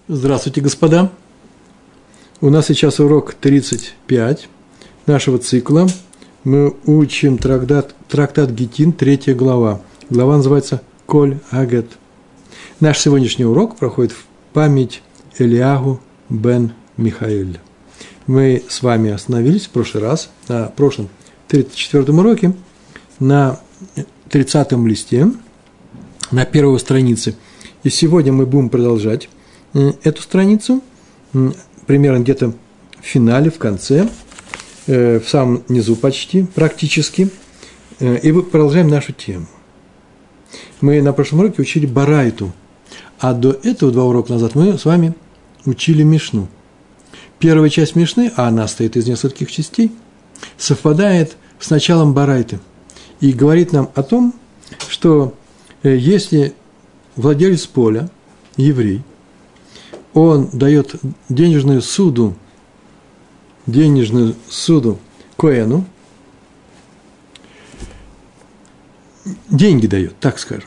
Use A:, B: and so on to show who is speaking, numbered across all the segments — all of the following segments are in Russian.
A: Здравствуйте, господа! У нас сейчас урок 35 нашего цикла. Мы учим трактат Гитин, 3 глава. Глава называется «Коль Агет». Наш сегодняшний урок проходит в память Элиягу бен Михаэль. Мы с вами остановились в прошлый раз, на прошлом 34-м уроке, на 30-м листе, на первой странице. И сегодня мы будем продолжать эту страницу, примерно где-то в финале, в конце, в самом низу почти, практически, и мы продолжаем нашу тему. Мы на прошлом уроке учили Барайту, а до этого, 2 урока назад, мы с вами учили Мишну. Первая часть Мишны, а она состоит из нескольких частей, совпадает с началом Барайты и говорит нам о том, что если владелец поля, еврей, он дает денежную суду коэну, деньги дает, так скажем,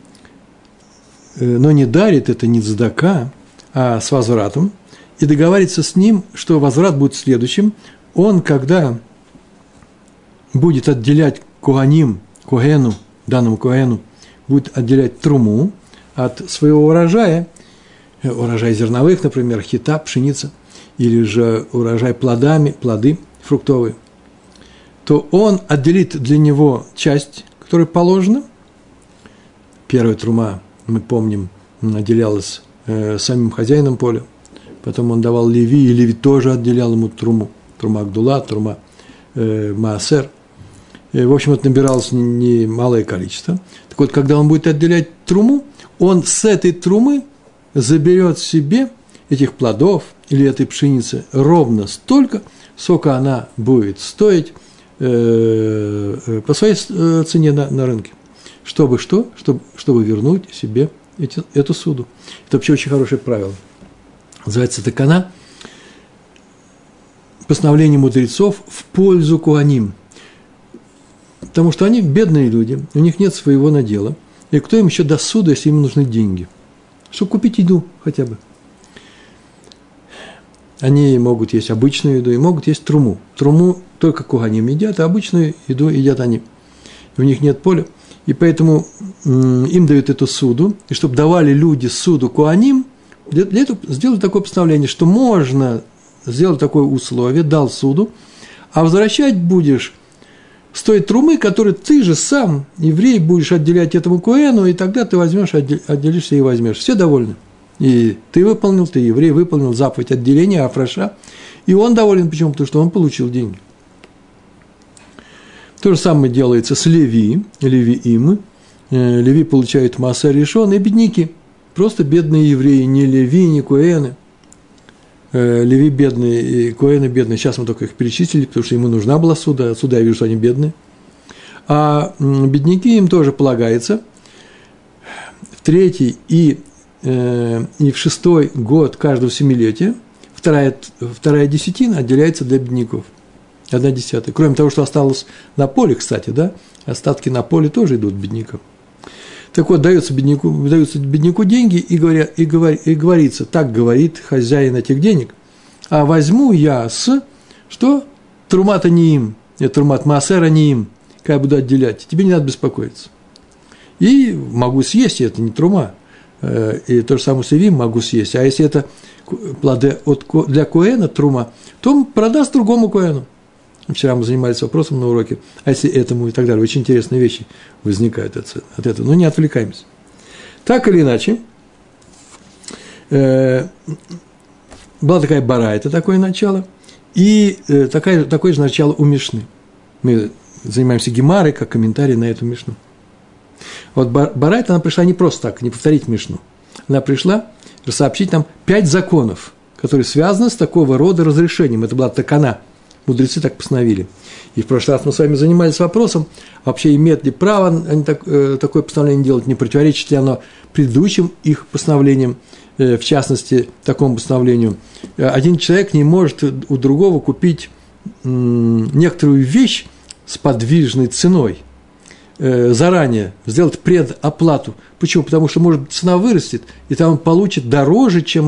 A: но не дарит это не цдака, а с возвратом, и договаривается с ним, что возврат будет следующим. Он, когда будет отделять коэну, данному коэну, будет отделять труму от своего урожая, урожай зерновых, например, хита, пшеница, или же урожай плоды фруктовые, то он отделит для него часть, которая положена. Первая трума, мы помним, отделялась самим хозяином поля, потом он давал Леви, и Леви тоже отделял ему труму, трума Гдула, трума Маасер. В общем, это набиралось немалое количество. Так вот, когда он будет отделять труму, он с этой трумы заберет себе этих плодов или этой пшеницы ровно столько, сколько она будет стоить по своей цене на рынке. Чтобы вернуть себе эту суду. Это вообще очень хорошее правило. Называется такана, постановление мудрецов в пользу коаним. Потому что они бедные люди, у них нет своего надела. И кто им еще даст суду, если им нужны деньги? Чтобы купить еду хотя бы. Они могут есть обычную еду и могут есть труму. Труму только коганим едят, а обычную еду едят они. У них нет поля. И поэтому им дают эту суду. И чтобы давали люди суду коганим, для этого сделали такое постановление, что можно сделать такое условие, дал суду, а возвращать будешь с той трумы, которую ты же сам, еврей, будешь отделять этому коэну, и тогда ты возьмешь, отделишься и возьмешь. Все довольны. И ты еврей, выполнил заповедь отделения Афраша, и он доволен. Почему? Потому что он получил деньги. То же самое делается с Леви им. Леви получают Маасер решен, и бедняки. Просто бедные евреи, не Леви, не коэны. Леви бедные, и коэны бедные. Сейчас мы только их перечислили, потому что ему нужна была суда. Отсюда я вижу, что они бедные. А бедняки им тоже полагается. В 3-й и в 6-й год каждого семилетия вторая десятина отделяется для бедняков. 1/10. Кроме того, что осталось на поле, кстати, да, остатки на поле тоже идут беднякам. Так вот, даются бедняку деньги, и говорится, так говорит хозяин этих денег, а возьму я что? Трумата не им, трумат маасера не им, когда я буду отделять, тебе не надо беспокоиться. И могу съесть, это не трума, и то же самое с Левием могу съесть, а если это плоды для коэна, трума, то продаст другому коэну. Вчера мы занимались вопросом на уроке, а если этому и так далее. Очень интересные вещи возникают от этого. Но не отвлекаемся. Так или иначе, была такая барайта, такое начало, и такое же начало у Мишны. Мы занимаемся гемарой, как комментарий на эту Мишну. Вот барайта, она пришла не просто так, не повторить Мишну. Она пришла сообщить нам 5 законов, которые связаны с такого рода разрешением. Это была такана. Мудрецы так постановили. И в прошлый раз мы с вами занимались вопросом, вообще имеют ли право они такое постановление делать, не противоречит ли оно предыдущим их постановлениям, в частности, такому постановлению. Один человек не может у другого купить некоторую вещь с подвижной ценой, заранее сделать предоплату. Почему? Потому что, может быть, цена вырастет, и там он получит дороже, чем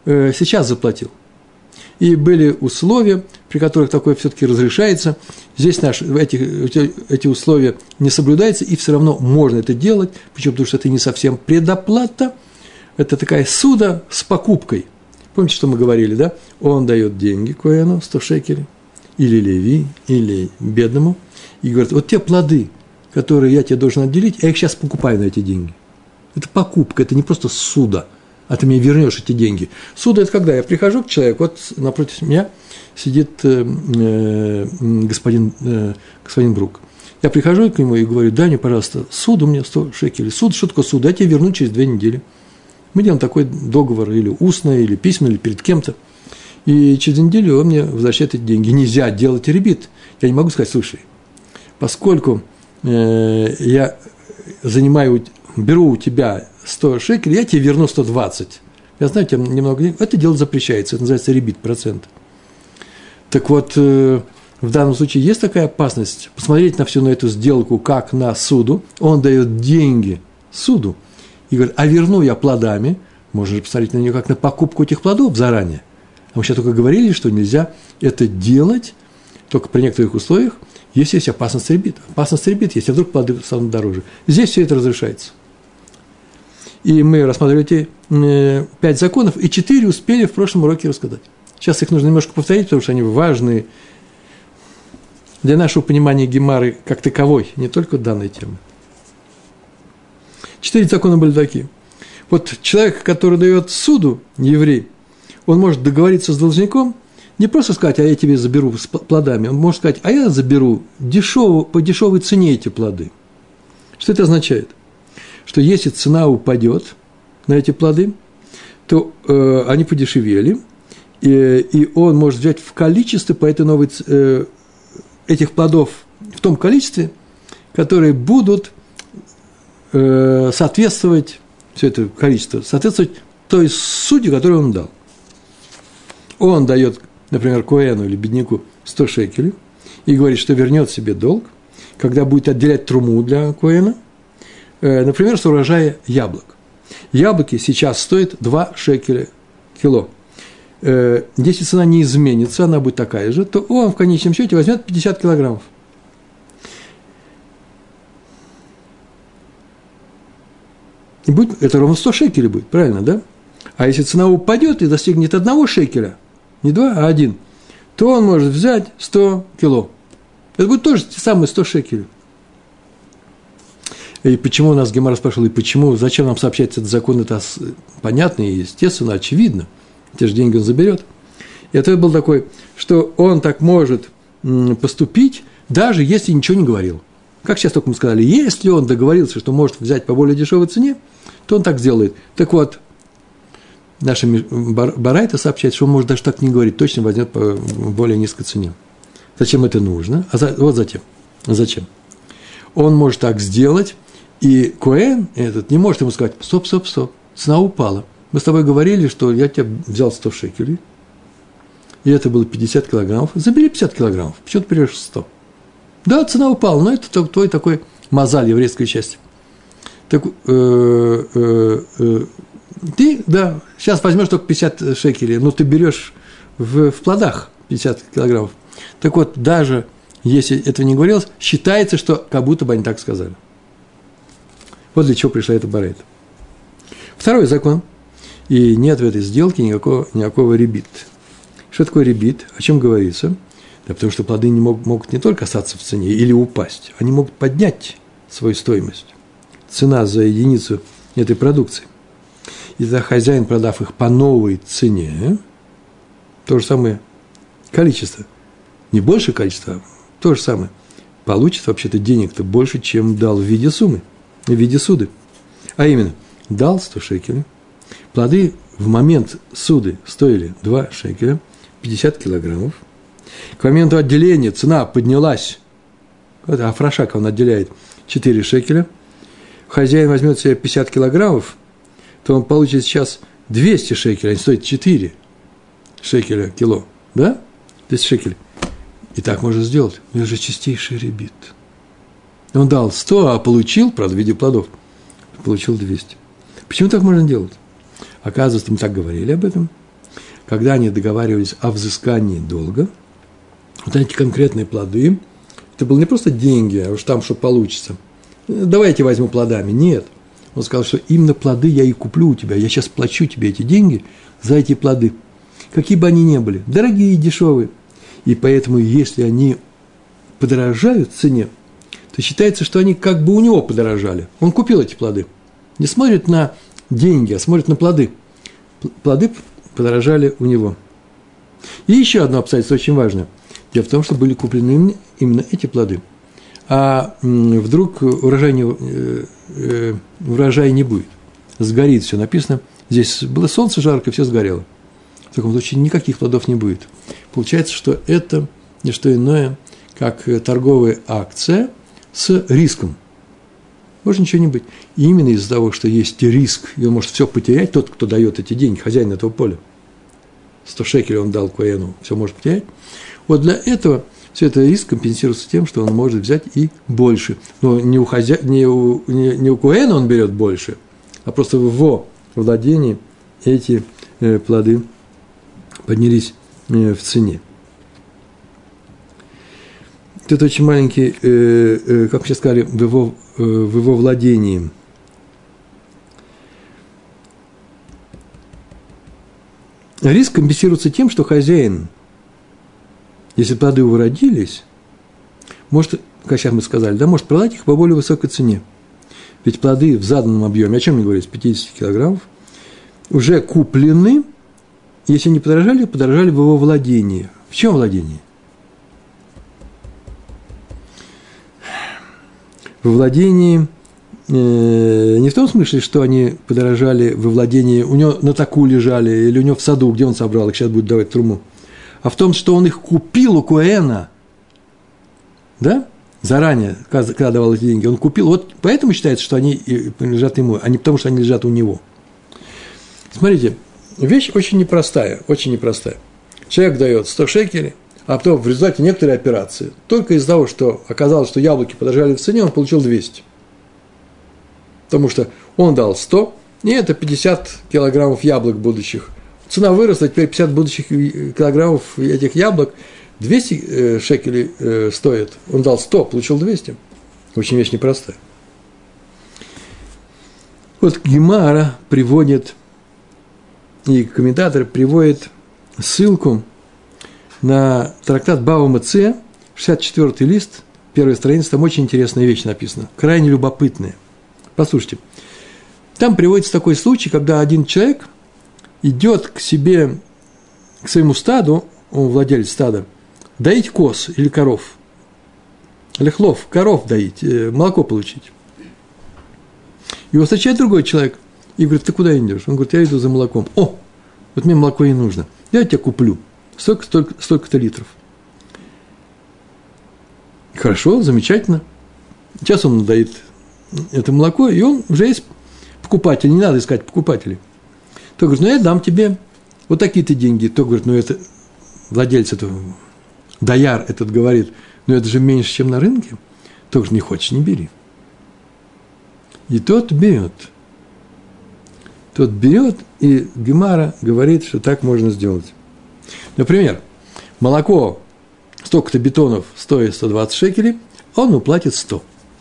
A: сейчас заплатил. И были условия, при которых такое все-таки разрешается. Здесь эти условия не соблюдаются, и все равно можно это делать. Почему? Потому что это не совсем предоплата, это такая суда с покупкой. Помните, что мы говорили, да? Он дает деньги коэну, 100 шекелей, или леви, или бедному, и говорит, вот те плоды, которые я тебе должен отделить, я их сейчас покупаю на эти деньги. Это покупка, это не просто суда, а ты мне вернешь эти деньги. Суда – это когда я прихожу к человеку, вот напротив меня сидит господин Брук. Я прихожу к нему и говорю, дай мне, пожалуйста, суду мне 100 шекелей. Суд, что такое суд? Я тебе верну через 2 недели. Мы делаем такой договор, или устно, или письменно, или перед кем-то. И через неделю он мне возвращает эти деньги. Нельзя делать ребит. Я не могу сказать, слушай, поскольку я беру у тебя 100 шекелей, я тебе верну 120. Я знаю, у тебя немного денег. Это дело запрещается, это называется ребит, процент. Так вот, в данном случае есть такая опасность посмотреть на всю на эту сделку как на суду. Он дает деньги суду и говорит, а верну я плодами. Можно же посмотреть на нее как на покупку этих плодов заранее. А мы сейчас только говорили, что нельзя это делать только при некоторых условиях, если есть опасность ребита. Опасность ребит, если вдруг плоды станут дороже. Здесь все это разрешается. И мы рассматривали эти 5 законов, и 4 успели в прошлом уроке рассказать. Сейчас их нужно немножко повторить, потому что они важные для нашего понимания Гемары как таковой, не только данной темы. 4 закона были такие. Вот человек, который дает суду, еврей, он может договориться с должником, не просто сказать, а я тебе заберу с плодами, он может сказать, а я заберу по дешевой цене эти плоды. Что это означает? Что если цена упадет на эти плоды, то они подешевели, и он может взять в количестве по этой новой этих плодов в том количестве, которые будут соответствовать, все это количество, соответствовать той суде, которую он дал. Он дает, например, коэну или бедняку 100 шекелей и говорит, что вернет себе долг, когда будет отделять труму для коэна, например, с урожая яблок. Яблоки сейчас стоят 2 шекеля кило. Если цена не изменится, она будет такая же, то он в конечном счете возьмет 50 килограммов. И будет, это ровно 100 шекелей будет, правильно, да? А если цена упадет и достигнет 1 шекеля, не 2, а 1, то он может взять 100 кило. Это будет тоже те самые 100 шекелей. И почему нас Гемара спрашивал, и почему, зачем нам сообщать этот закон, это понятно и естественно, очевидно. Те же деньги он заберет. И ответ был такой, что он так может поступить, даже если ничего не говорил. Как сейчас только мы сказали, если он договорился, что может взять по более дешевой цене, то он так сделает. Так вот, наша Барайта сообщает, что он может даже так не говорить, точно возьмет по более низкой цене. Зачем это нужно? Вот затем. Зачем? Он может так сделать, и коэн этот не может ему сказать, стоп, цена упала. Мы с тобой говорили, что я тебе взял 100 шекелей, и это было 50 килограммов. Забери 50 килограммов, почему ты берешь 100? Да, цена упала, но это твой такой мозаль еврейской части. Так, ты, да, сейчас возьмешь только 50 шекелей, но ты берешь в плодах 50 килограммов. Так вот, даже если этого не говорилось, считается, что как будто бы они так сказали. Вот для чего пришла эта барайта. Второй закон. И нет в этой сделке никакого ребит. Что такое ребит? О чем говорится? Да потому что плоды могут не только остаться в цене или упасть, они могут поднять свою стоимость. Цена за единицу этой продукции. И тогда хозяин, продав их по новой цене, то же самое количество, не большее количество, а то же самое, получит вообще-то денег-то больше, чем дал в виде суммы, в виде суды. А именно, дал 100 шекелей, плоды в момент суды стоили 2 шекеля, 50 килограммов. К моменту отделения цена поднялась, вот Афрашак он отделяет 4 шекеля, хозяин возьмет себе 50 килограммов, то он получит сейчас 200 шекелей, они стоят 4 шекеля кило, да? 200 шекелей. И так можно сделать. Это же чистейший ребит. Он дал 100, а получил, правда, в виде плодов, получил 200. Почему так можно делать? Оказывается, мы так говорили об этом. когда они договаривались о взыскании долга, вот эти конкретные плоды, это было не просто деньги, а уж там что получится. Давайте возьму плодами. Нет. Он сказал, что именно плоды я и куплю у тебя. Я сейчас плачу тебе эти деньги за эти плоды. Какие бы они ни были. Дорогие и дешевые. И поэтому, если они подорожают в цене, то считается, что они как бы у него подорожали. Он купил эти плоды. Не смотрит на деньги, а смотрит на плоды. Плоды подорожали у него. И еще одно обстоятельство очень важное. Дело в том, что были куплены именно эти плоды. А вдруг урожай не будет. Сгорит все. Написано, здесь было солнце жарко, все сгорело. В таком случае никаких плодов не будет. Получается, что это не что иное, как торговая акция с риском. Может ничего не быть. И именно из-за того, что есть риск, и он может все потерять, тот, кто дает эти деньги, хозяин этого поля, 100 шекелей он дал Коэну, все может потерять. Вот для этого все это риск компенсируется тем, что он может взять и больше. Но не у Коэна он берет больше, а просто в его владении эти плоды поднялись в цене. Это очень маленький, как мы сейчас сказали, в его владении. Риск компенсируется тем, что хозяин, если плоды его родились, может, как сейчас мы сказали, да, может продать их по более высокой цене. Ведь плоды в заданном объеме, о чем мне говорится, 50 килограммов, уже куплены, если не подорожали в его владении. В чем владении? Во владении, не в том смысле, что они подорожали во владении, у него на таку лежали, или у него в саду, где он собрал их, сейчас будет давать труму, а в том, что он их купил у Коэна, да, заранее, когда давал эти деньги, он купил, вот поэтому считается, что они принадлежат ему, а не потому, что они лежат у него. Смотрите, вещь очень непростая, очень непростая. Человек дает 100 шекелей, а потом в результате некоторой операции, только из-за того, что оказалось, что яблоки подорожали в цене, он получил 200. Потому что он дал 100, и это 50 килограммов яблок будущих. Цена выросла, теперь 50 будущих килограммов этих яблок 200 шекелей стоит. Он дал 100, получил 200. Очень вещь непростая. Вот Гемара приводит, и комментатор приводит ссылку на трактат Бава Меция, 64-й лист, первая страница, там очень интересная вещь написана, крайне любопытная. Послушайте, там приводится такой случай, когда один человек идет к себе, к своему стаду, он владелец стада, доить коз или коров, лехлов, коров доить, молоко получить. Его встречает другой человек и говорит, ты куда идешь? Он говорит, я иду за молоком. О, вот мне молоко и нужно, я тебя куплю. Столько-то литров. Хорошо, замечательно. Сейчас он доит это молоко, и он уже есть покупатель, не надо искать покупателей. То говорит, я дам тебе вот такие-то деньги. То говорит, это владелец этого, дояр этот говорит, это же меньше, чем на рынке. То говорит, не хочешь, не бери. И тот берет. И Гемара говорит, что так можно сделать. Например, молоко столько-то бетонов стоит 120 шекелей, он уплатит 100.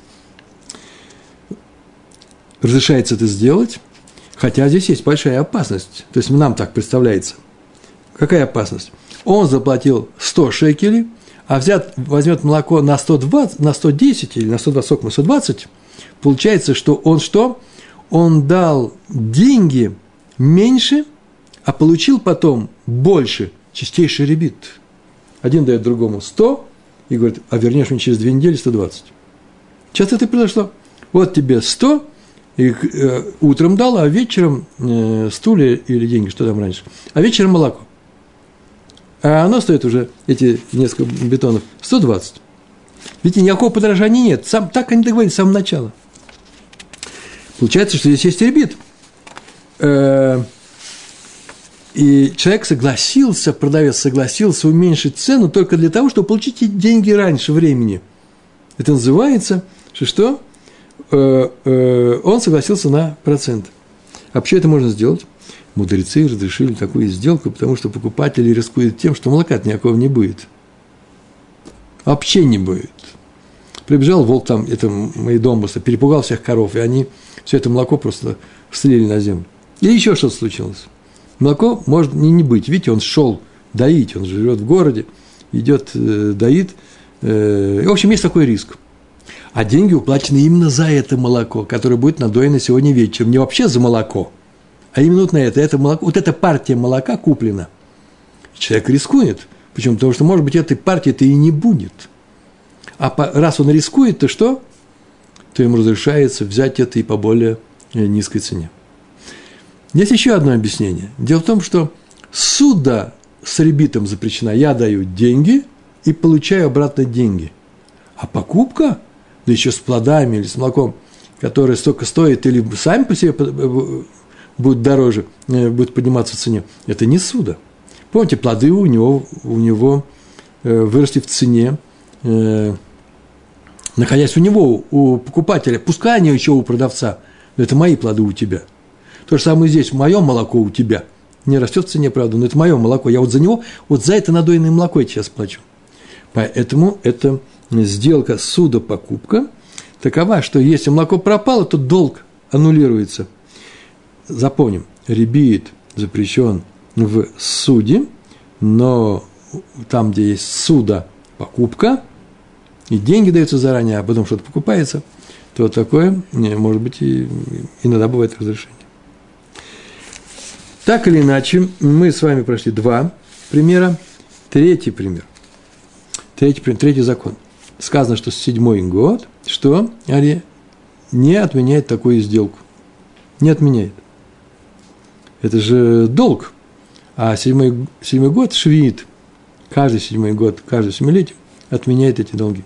A: Разрешается это сделать, хотя здесь есть большая опасность. То есть нам так представляется. Какая опасность? Он заплатил 100 шекелей, а возьмет молоко на 120, на 110 или на 120, на 120, получается, что он что? Он дал деньги меньше, а получил потом больше. Чистейший ребит. Один дает другому 100 и говорит, а вернешь мне через 2 недели 120. Часто это произошло. Вот тебе 100, и утром дал, а вечером стулья или деньги, что там раньше, а вечером молоко. А оно стоит уже, эти несколько бетонов, 120. Видите, никакого подорожания нет. Так они договорились с самого начала. Получается, что здесь есть ребит. И человек согласился, продавец согласился уменьшить цену только для того, чтобы получить эти деньги раньше времени. Это называется, что он согласился на процент. А почему это можно сделать? мудрецы разрешили такую сделку, потому что покупатели рискуют тем, что молока никакого не будет. Вообще не будет. Прибежал волк там, это мои домбусы, перепугал всех коров, и они все это молоко просто слили на землю. Или еще что-то случилось. Молоко может не быть. Видите, он шел доить, он живет в городе, идет, доит. В общем, есть такой риск. А деньги уплачены именно за это молоко, которое будет надоено сегодня вечером. Не вообще за молоко, а именно вот на это. Это молоко, вот эта партия молока куплена. Человек рискует. Почему? Потому что, может быть, этой партии-то и не будет. А раз он рискует, то что? То ему разрешается взять это и по более низкой цене. Есть еще одно объяснение. Дело в том, что ссуда с ребитом запрещена. Я даю деньги и получаю обратно деньги. А покупка, да еще с плодами или с молоком, которое столько стоит, или сами по себе будут дороже, будут подниматься в цене, это не ссуда. Помните, плоды у него выросли в цене, находясь у него, у покупателя. Пускай они еще у продавца, но это мои плоды у тебя. То же самое здесь, мое молоко у тебя. Не растет в цене, правда, но это мое молоко. Я вот за него, вот за это надоенное молоко я сейчас плачу. Поэтому это сделка ссуда-покупка такова, что если молоко пропало, то долг аннулируется. Запомним, ребит запрещен в суде, но там, где есть ссуда-покупка, и деньги даются заранее, а потом что-то покупается, то такое, может быть, и иногда бывает разрешение. Так или иначе, мы с вами прошли два примера. Третий пример. Третий закон. Сказано, что 7-й год, что Ария не отменяет такую сделку. Не отменяет. Это же долг. А 7-й год, швиит, каждый 7-й год, каждое 7-летие отменяет эти долги.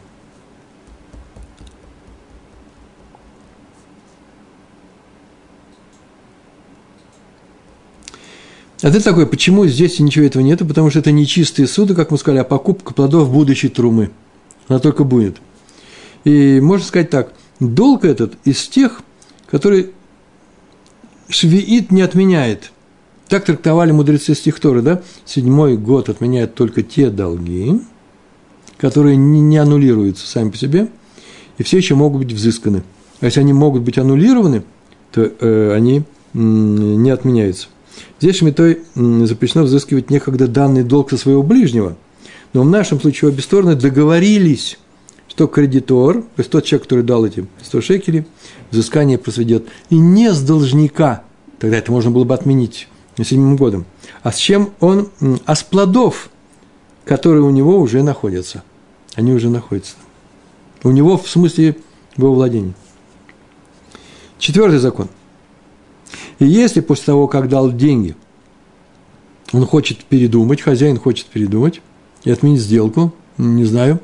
A: Ответ такой, почему здесь ничего этого нет? Потому что это не чистые суды, как мы сказали, а покупка плодов будущей трумы. Она только будет. И можно сказать так, долг этот из тех, которые швиит не отменяет. Так трактовали мудрецы стих Торы, да? 7-й год отменяет только те долги, которые не аннулируются сами по себе, и все еще могут быть взысканы. А если они могут быть аннулированы, то они не отменяются. Здесь шмитой запрещено взыскивать некогда данный долг со своего ближнего, но в нашем случае обе стороны договорились, что кредитор, то есть тот человек, который дал эти 100 шекелей, взыскание произведет и не с должника, тогда это можно было бы отменить 7 годом, а с чем он, а с плодов, которые у него уже находятся. Они уже находятся. У него, в смысле, в его владении. 4-й закон. И если после того, как дал деньги, он хочет передумать, хозяин хочет передумать и отменить сделку, не знаю,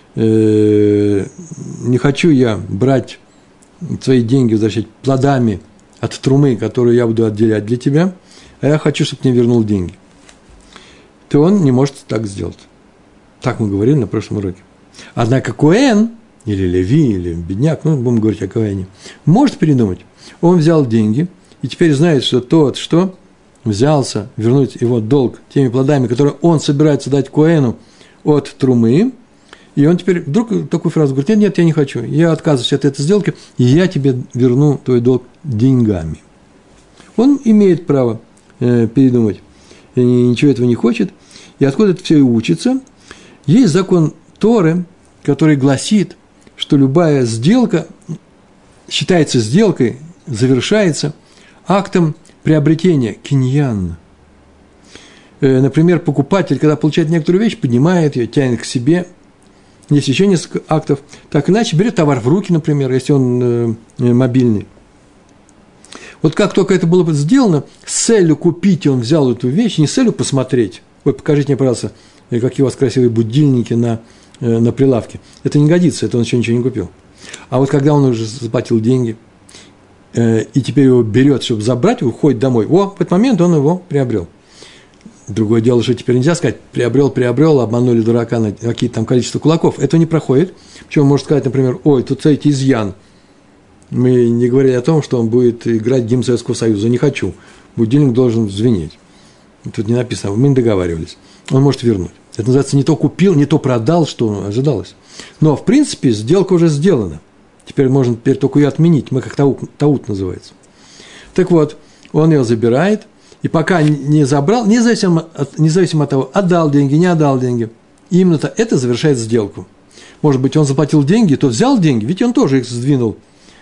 A: не хочу я брать свои деньги, возвращать плодами от трумы, которую я буду отделять для тебя, а я хочу, чтобы мне вернул деньги, то он не может так сделать. Так мы говорили на прошлом уроке. Однако коэн, или леви, или бедняк, ну, будем говорить о коэне, может передумать. Он взял деньги, и теперь знает, что тот, что взялся вернуть его долг теми плодами, которые он собирается дать коэну от трумы, и он теперь вдруг такую фразу говорит, нет, я не хочу, я отказываюсь от этой сделки, и я тебе верну твой долг деньгами. Он имеет право передумать, и ничего этого не хочет. И откуда это все и учится? Есть закон Торы, который гласит, что любая сделка считается сделкой, завершается актом приобретения, киньян. Например, покупатель, когда получает некоторую вещь, поднимает ее, тянет к себе. Есть еще несколько актов. Так иначе берет товар в руки, например, если он мобильный. Вот как только это было сделано, с целью купить, он взял эту вещь, не с целью посмотреть. Ой, покажите мне, пожалуйста, какие у вас красивые будильники на прилавке. Это не годится, это он еще ничего не купил. А вот когда он уже заплатил деньги, и теперь его берет, чтобы забрать, уходит домой, в этот момент он его приобрел. Другое дело, что теперь нельзя сказать, приобрел, обманули дурака на какие-то там количество кулаков. Это не проходит. Причем можно сказать, например, ой, тут, смотрите, изъян. Мы не говорили о том, что он будет играть гимн Советского Союза. Не хочу. будильник должен звенеть. Тут не написано, мы не договаривались. Он может вернуть. Это называется не то купил, не то продал, что ожидалось. Но, в принципе, сделка уже сделана. Теперь можно только ее отменить. Мы как таут называется. Так вот, он ее забирает, и пока не забрал, независимо от того, отдал деньги, не отдал деньги, именно это завершает сделку. Может быть, он заплатил деньги, тот взял деньги, ведь он тоже их сдвинул.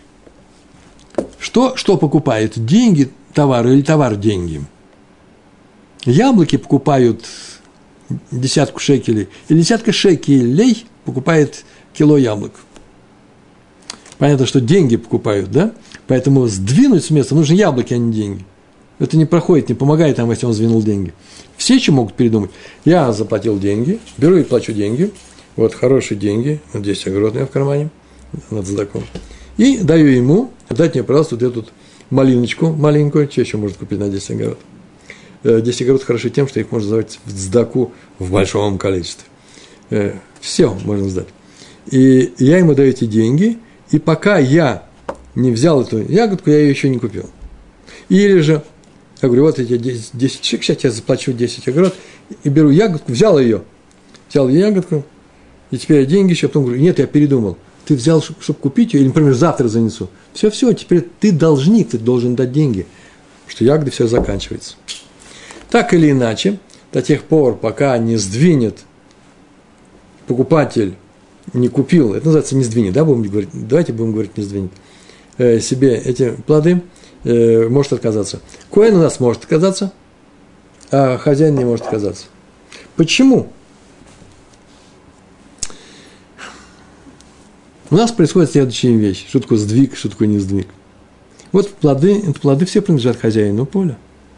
A: Что покупает? Деньги, товар или товар деньги? Яблоки покупают 10 шекелей, или 10 шекелей покупает кило яблок. Понятно, что деньги покупают, да? Поэтому сдвинуть с места нужны яблоки, а не деньги. Это не проходит, не помогает нам, если он сдвинул деньги. Все еще могут передумать. Я заплатил деньги, беру и плачу деньги. Вот хорошие деньги, вот 10 огород у меня в кармане, над задаком. И даю ему, дать мне, пожалуйста, вот эту малиночку маленькую, что еще можно купить на 10 огород. 10 огород хороши тем, что их можно сдавать в цдаку в большом количестве. Все можно сдать. И я ему даю эти деньги, и пока я не взял эту ягодку, я ее еще не купил. Или же, я говорю, вот эти 10 шек, сейчас я заплачу 10 огород, и беру ягодку, взял ягодку, и теперь я деньги еще, потом говорю, нет, я передумал. Ты взял, чтобы купить ее, или, например, завтра занесу. Все, теперь ты должник, ты должен дать деньги, потому что ягоды все заканчивается. Так или иначе, до тех пор, пока не сдвинет покупатель, не купил, это называется не сдвинет, да, будем говорить, давайте будем говорить не сдвинет, себе эти плоды, может отказаться. Коэн у нас может отказаться, а хозяин не может отказаться. Почему? У нас происходит следующая вещь. Что такое сдвиг, что такое не сдвиг. Вот плоды все принадлежат хозяину поля.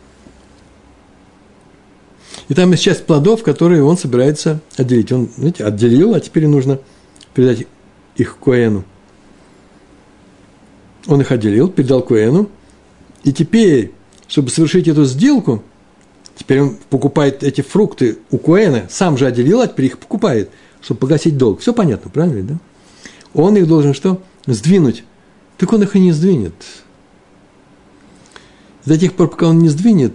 A: И там есть часть плодов, которые он собирается отделить. Он, знаете, отделил, а теперь нужно передать их коэну. Он их отделил, передал коэну. И теперь, чтобы совершить эту сделку, теперь он покупает эти фрукты у коэна, сам же отделил, а теперь их покупает, чтобы погасить долг. Все понятно, правильно ведь, да? Он их должен что? Сдвинуть. Так он их и не сдвинет. До тех пор, пока он не сдвинет,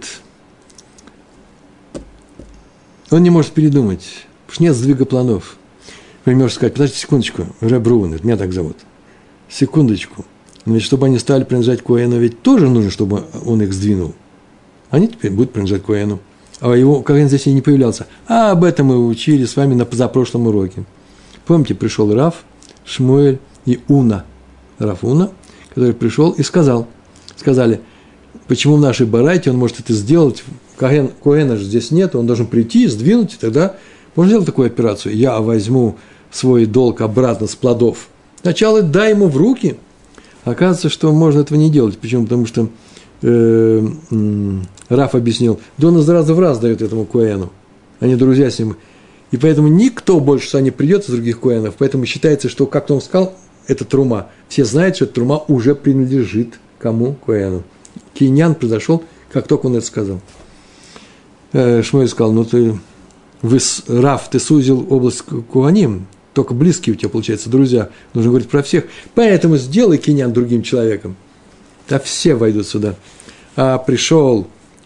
A: он не может передумать, потому что нет сдвига планов. Вы можете сказать, подождите секундочку, Реб Рувен, это меня так зовут. Секундочку. Но ведь чтобы они стали принадлежать коэну, ведь тоже нужно, чтобы он их сдвинул. Они теперь будут принадлежать коэну. А его коэн здесь и не появлялся. А об этом мы учили с вами на позапрошлом уроке. Помните, пришел Рав, Шмуэль и Уна. Рав Уна, который пришел и сказали, почему в нашей барайте он может это сделать, коэна же здесь нет, он должен прийти, сдвинуть, и тогда можно сделать такую операцию. Я возьму свой долг обратно с плодов. Сначала дай ему в руки. Оказывается, что можно этого не делать. Почему? Потому что Раф объяснил, да он из раза в раз дает этому коэну. Они друзья с ним. И поэтому никто больше сюда не придет из других коэнов. Поэтому считается, что, как он сказал, это трума. Все знают, что эта трума уже принадлежит кому? Коэну. Киньян произошел, как только он это сказал. Шмуэль сказал, Раф, ты сузил область Коаним, только близкие у тебя, получается, друзья. Нужно говорить про всех. Поэтому сделай киньян другим человеком. Да все войдут сюда. А пришел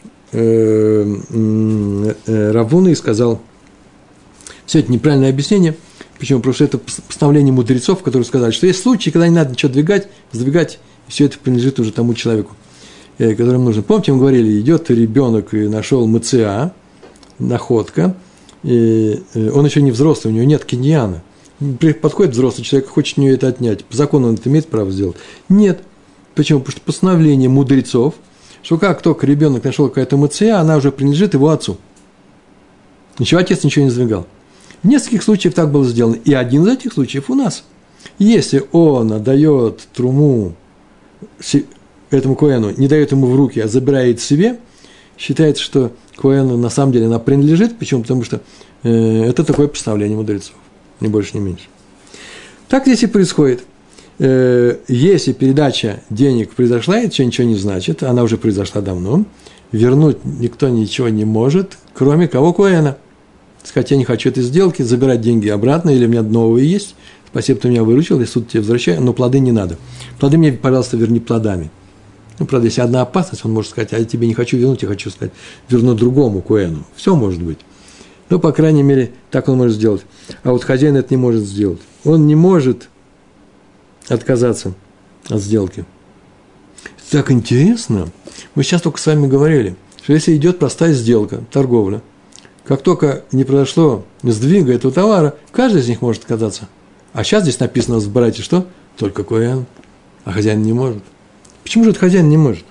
A: Равуна и сказал, все это неправильное объяснение. Почему? Потому что это постановление мудрецов, которые сказали, что есть случаи, когда не надо ничего сдвигать, и все это принадлежит уже тому человеку, которому нужно. Помните, мы говорили, идет ребенок и нашел МЦА, находка, и он еще не взрослый, у него нет киньяна. Подходит взрослый человек, хочет у него это отнять. По закону он это имеет право сделать? Нет. Почему? Потому что постановление мудрецов, что как только ребенок нашел какая-то МЦА, она уже принадлежит его отцу. Еще отец ничего не сдвигал. В нескольких случаях так было сделано. И один из этих случаев у нас. Если он отдает труму этому коэну, не дает ему в руки, а забирает себе, считается, что коэну на самом деле она принадлежит. Почему? Потому что это такое представление мудрецов. Ни больше, ни меньше. Так здесь и происходит. Если передача денег произошла, это ничего не значит, она уже произошла давно, вернуть никто ничего не может, кроме кого коэна. Сказать, я не хочу этой сделки, забирать деньги обратно, или у меня новые есть, спасибо, ты меня выручил, я суд тебе возвращаю, но плоды не надо. Плоды мне, пожалуйста, верни плодами. Ну, правда, если одна опасность, он может сказать, а я тебе не хочу вернуть, я хочу сказать, верну другому коэну. Все может быть. Но, по крайней мере, так он может сделать. А вот хозяин это не может сделать. Он не может отказаться от сделки. Так интересно. Мы сейчас только с вами говорили, что если идет простая сделка, торговля, как только не произошло сдвига этого товара, каждый из них может отказаться. А сейчас здесь написано в брате, что? Только коэн, а хозяин не может. Почему же этот хозяин не может?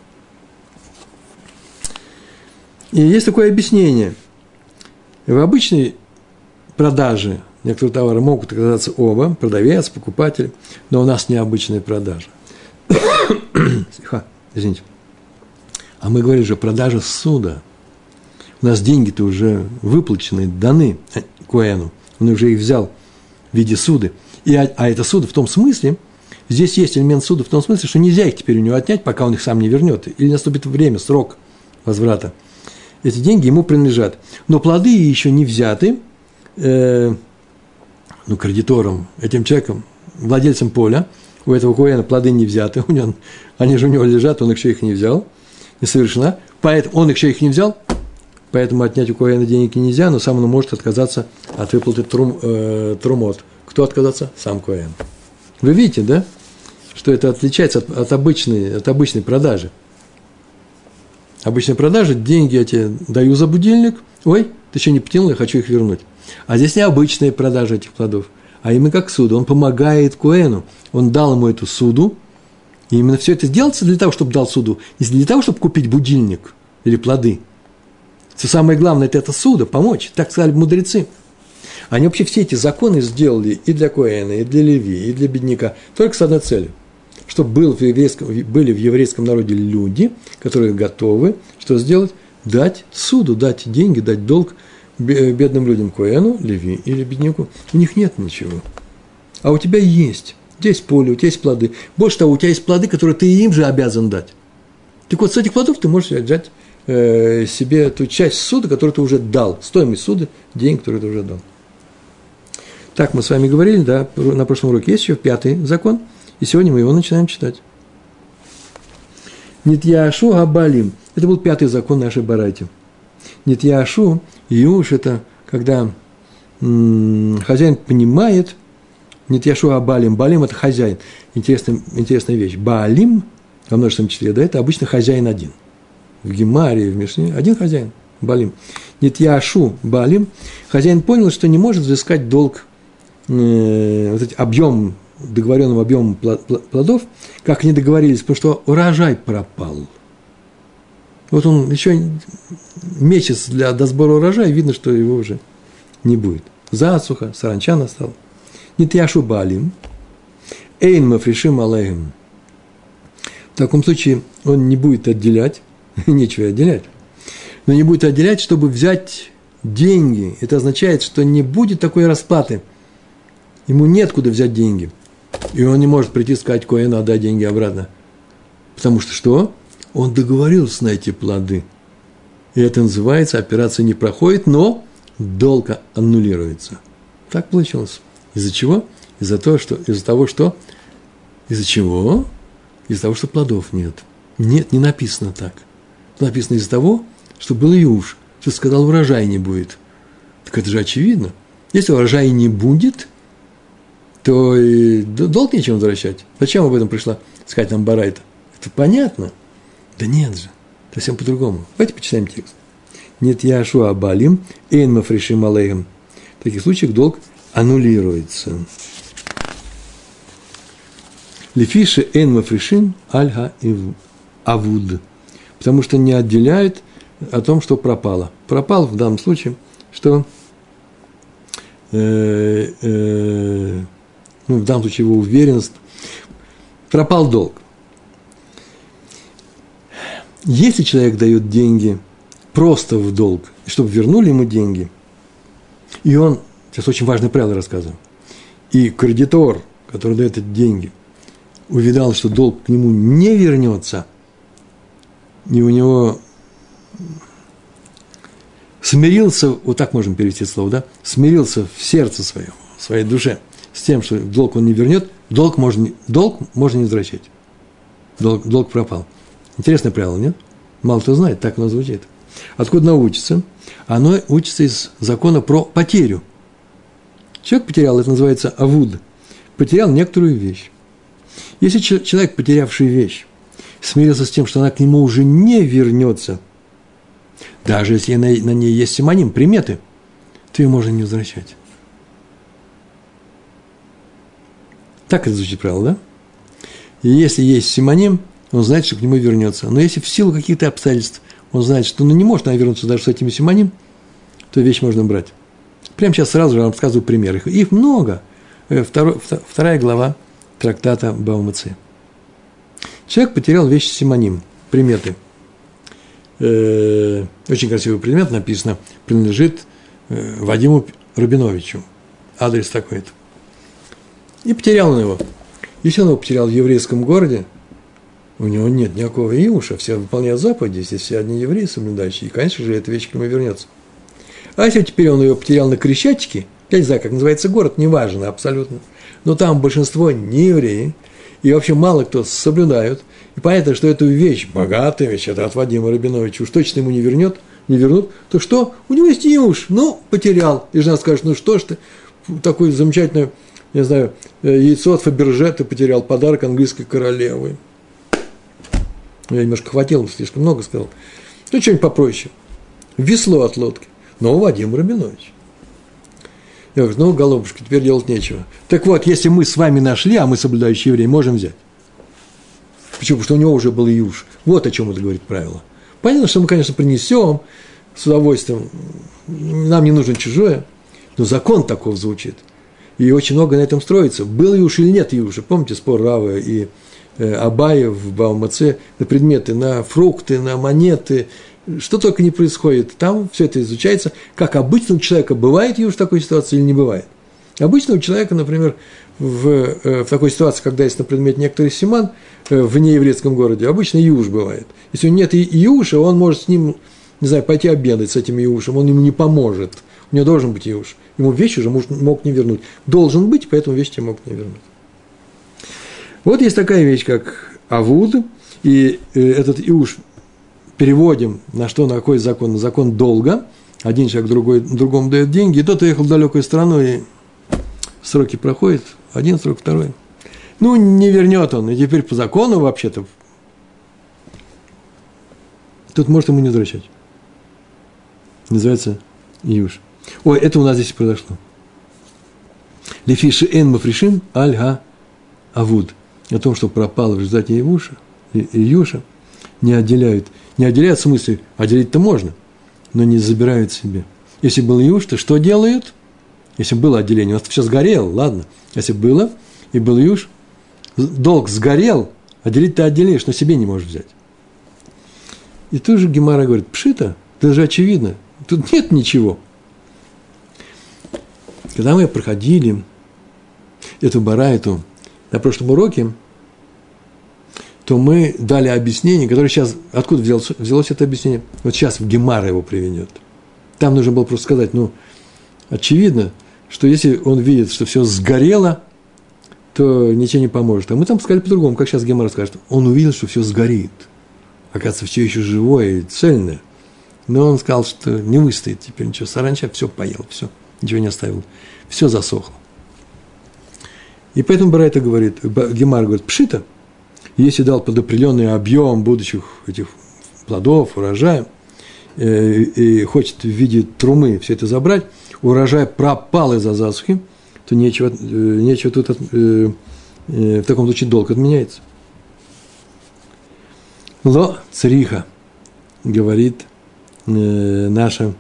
A: И есть такое объяснение. В обычной продаже некоторые товары могут оказаться оба, продавец, покупатель, но у нас необычная продажа. Извините. А мы говорили же, продажа суда. У нас деньги-то уже выплачены, даны коэну. Он уже их взял в виде суды. А это суды в том смысле, здесь есть элемент суда в том смысле, что нельзя их теперь у него отнять, пока он их сам не вернет. Или наступит время, срок возврата. Эти деньги ему принадлежат. Но плоды еще не взяты кредитором, этим человеком, владельцем поля. У этого коэна плоды не взяты, они же у него лежат, он еще их не взял, не совершена. Поэтому он еще их не взял, поэтому отнять у коэна денег нельзя, но сам он может отказаться от выплаты трумот. Кто отказаться? Сам коэн. Вы видите, да, что это отличается от обычной продажи. Обычной продажи деньги я тебе даю за будильник, ой, ты еще не платил, я хочу их вернуть. А здесь не обычная продажа этих плодов, а именно как суду. Он помогает коэну, он дал ему эту суду, и именно все это делается для того, чтобы дал суду, не для того, чтобы купить будильник или плоды. Все самое главное – это суда, помочь, так сказали мудрецы. Они вообще все эти законы сделали и для коэна, и для леви, и для бедняка, только с одной целью. Чтобы были в еврейском народе люди, которые готовы, что сделать? Дать суду, дать деньги, дать долг бедным людям, коэну, леви или бедняку. У них нет ничего. А у тебя есть. У тебя есть поле, у тебя есть плоды. Больше того, у тебя есть плоды, которые ты им же обязан дать. Так вот, с этих плодов ты можешь взять себе ту часть суда, которую ты уже дал. Стоимость суда, денег, которые ты уже дал. Так мы с вами говорили, да, на прошлом уроке. Есть еще 5-й закон. И сегодня мы его начинаем читать. Нитьяшу габалим. Это был 5-й закон нашей барайти. Нитьяшу, юш, это когда хозяин понимает, нитьяшу габалим. Балим – это хозяин. Интересная вещь. Балим, во множественном числе, да, это обычно хозяин один. В Гемаре, в Мишне, один хозяин. Балим. Нитьяшу балим. Хозяин понял, что не может взыскать долг, объем, договоренным объемом плодов, как они договорились, потому что урожай пропал. Вот он еще месяц до сбора урожая, видно, что его уже не будет. Засуха, саранча настала. Нитьяшу балим. Эйн мафришим алейхим. В таком случае он не будет отделять, нечего отделять, но не будет отделять, чтобы взять деньги. Это означает, что не будет такой расплаты. Ему неоткуда взять деньги. И он не может прийти и сказать коэну, отдай деньги обратно. Потому что что? Он договорился на эти плоды. И это называется, операция не проходит, но долг аннулируется. Так получилось. Из-за чего? Из-за того, что из-за чего? Из-за того, что плодов нет. Нет, не написано так. Написано из-за того, что был юж, что сказал, урожая не будет. Так это же очевидно. Если урожая не будет, то и долг нечем возвращать. Зачем об этом пришла сказать нам барайта? Это понятно? Да нет же, совсем по-другому. Давайте почитаем текст. Нет яшу абалим, эйн мафришим алейхим. В таких случаях долг аннулируется. Лефиши эйн мафришим альха авуд. Потому что не отделяют о том, что пропало. Пропал в данном случае, что в данном случае его уверенность. Пропал долг. Если человек дает деньги просто в долг, чтобы вернули ему деньги, и он, сейчас очень важное правило рассказываю, и кредитор, который дает эти деньги, увидал, что долг к нему не вернется, и у него смирился, вот так можем перевести это слово, да, смирился в сердце своем, в своей душе, с тем, что долг он не вернет, долг можно не возвращать. Долг пропал. Интересное правило, нет? Мало кто знает, так оно звучит. Откуда оно учится? Оно учится из закона про потерю. Человек потерял, это называется авуд, потерял некоторую вещь. Если человек, потерявший вещь, смирился с тем, что она к нему уже не вернется, даже если на ней есть симоним, приметы, то ее можно не возвращать. Так это звучит правило, да? И если есть симоним, он знает, что к нему вернется. Но если в силу каких-то обстоятельств он знает, что не может она вернуться даже с этим симоним, то вещь можно брать. Прямо сейчас сразу же я вам рассказываю примеры. Их много. Вторая глава трактата Бава Меция. Человек потерял вещь симоним, приметы. Очень красивый предмет, написано, принадлежит Вадиму Рабиновичу. Адрес такой-то. И потерял он его. Если он его потерял в еврейском городе, у него нет никакого иуша, все выполняют заповеди, здесь все одни евреи соблюдающие, и, конечно же, эта вещь к нему вернется. А если теперь он ее потерял на Крещатике, я не знаю, как называется город, неважно абсолютно, но там большинство не евреи, и вообще мало кто соблюдают, и понятно, что эту вещь, богатая вещь, это от Вадима Рабиновича, уж точно ему не вернут, то что? У него есть иуш, потерял. И жена скажет, что ж ты, такое замечательное, не знаю, яйцо от Фаберже ты потерял, подарок английской королевы. Я немножко хватил, слишком много сказал. Что-нибудь попроще. Весло от лодки. Но Вадим Рабинович. Я говорю, голубушка, теперь делать нечего. Так вот, если мы с вами нашли, а мы соблюдающие евреи, можем взять. Почему? Потому что у него уже был иуш. Вот о чем это говорит правило. Понятно, что мы, конечно, принесем с удовольствием. Нам не нужно чужое. Но закон таков звучит. И очень много на этом строится. Был иуш или нет иуша. Помните спор Рава и Абая в Бава Меце на предметы, на фрукты, на монеты, что только не происходит. Там все это изучается, как обычно у человека бывает иуш в такой ситуации или не бывает. Обычно у человека, например, в такой ситуации, когда есть на предмете некоторый симан в нееврейском городе, обычно иуш бывает. Если у него нет иуша, он может с ним, не знаю, пойти обедать с этим иушем, он ему не поможет. У него должен быть иуш. Ему вещь уже мог не вернуть. Должен быть, поэтому вещь тебе могут не вернуть. Вот есть такая вещь, как авуд, и этот иуш переводим на что, на какой закон? На закон долга. Один человек другому дает деньги, и тот уехал в далекую страну, и сроки проходят, один срок, второй. Не вернет он, и теперь по закону вообще-то тут может ему не возвращать. Называется иуш. Ой, это у нас здесь произошло. Лефиши эн мафришим аль-га авуд. О том, что пропало в результате иуша, не отделяют. Не отделяют в смысле, отделить-то можно, но не забирают себе. Если был иуш, то что делают? Если было отделение, у нас все сгорело, ладно. Если было, и был иуш, долг сгорел, отделить ты отделяешь, но себе не можешь взять. И тут же Гемара говорит, пшита, это же очевидно, тут нет ничего. Когда мы проходили эту барайту на прошлом уроке, то мы дали объяснение, которое сейчас, откуда взялось это объяснение? Вот сейчас Гемара его приведет. Там нужно было просто сказать, очевидно, что если он видит, что все сгорело, то ничего не поможет. А мы там сказали по-другому, как сейчас Гемара скажет. Он увидел, что все сгорит. Оказывается, все еще живое и цельное. Но он сказал, что не выстоит теперь ничего. Саранча все поел, все, ничего не оставил. Все засохло. И поэтому Барайта говорит, Гемара говорит, пшита, если дал под определенный объем будущих этих плодов, урожая, и хочет в виде трумы все это забрать, урожай пропал из-за засухи, то нечего тут, в таком случае долг отменяется. Ло цриха, говорит наша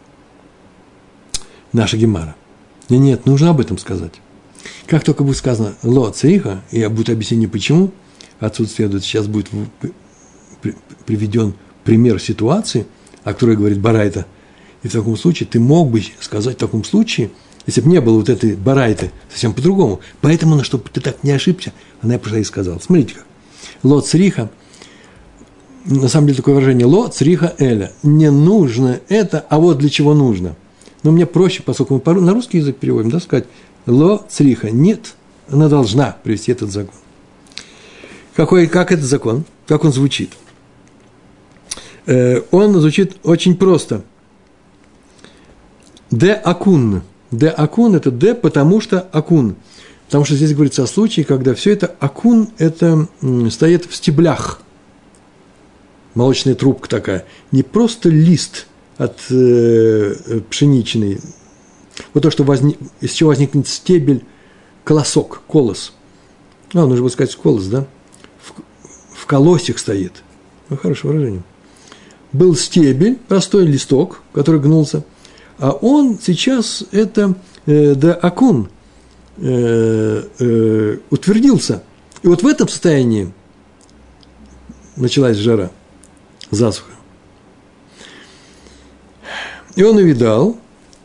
A: Гемара. Нет, нужно об этом сказать. Как только будет сказано ло цриха, и будет объяснение почему, отсюда следует, сейчас будет приведен пример ситуации, о которой говорит Барайта. И в таком случае ты мог бы сказать в таком случае, если бы не было вот этой барайты, совсем по-другому. Поэтому, чтобы ты так не ошибся, она пришла и сказала. Смотрите как. Ло цриха, на самом деле такое выражение, ло цриха эля. Не нужно это, а вот для чего нужно. Но мне проще, поскольку мы на русский язык переводим, сказать ло цриха. Нет, она должна привести этот закон. Как этот закон? Как он звучит? Он звучит очень просто. Де акун. Де акун – это де, потому что акун. Потому что здесь говорится о случае, когда все это акун – это стоит в стеблях. Молочная трубка такая. Не просто лист от пшеничной. Вот то, что из чего возникнет стебель, колосок, колос. Нужно было сказать колос, да? В колосях стоит. Хорошее выражение. Был стебель, простой листок, который гнулся. А он сейчас, это да акун, утвердился. И вот в этом состоянии началась жара, засуха. И он увидал,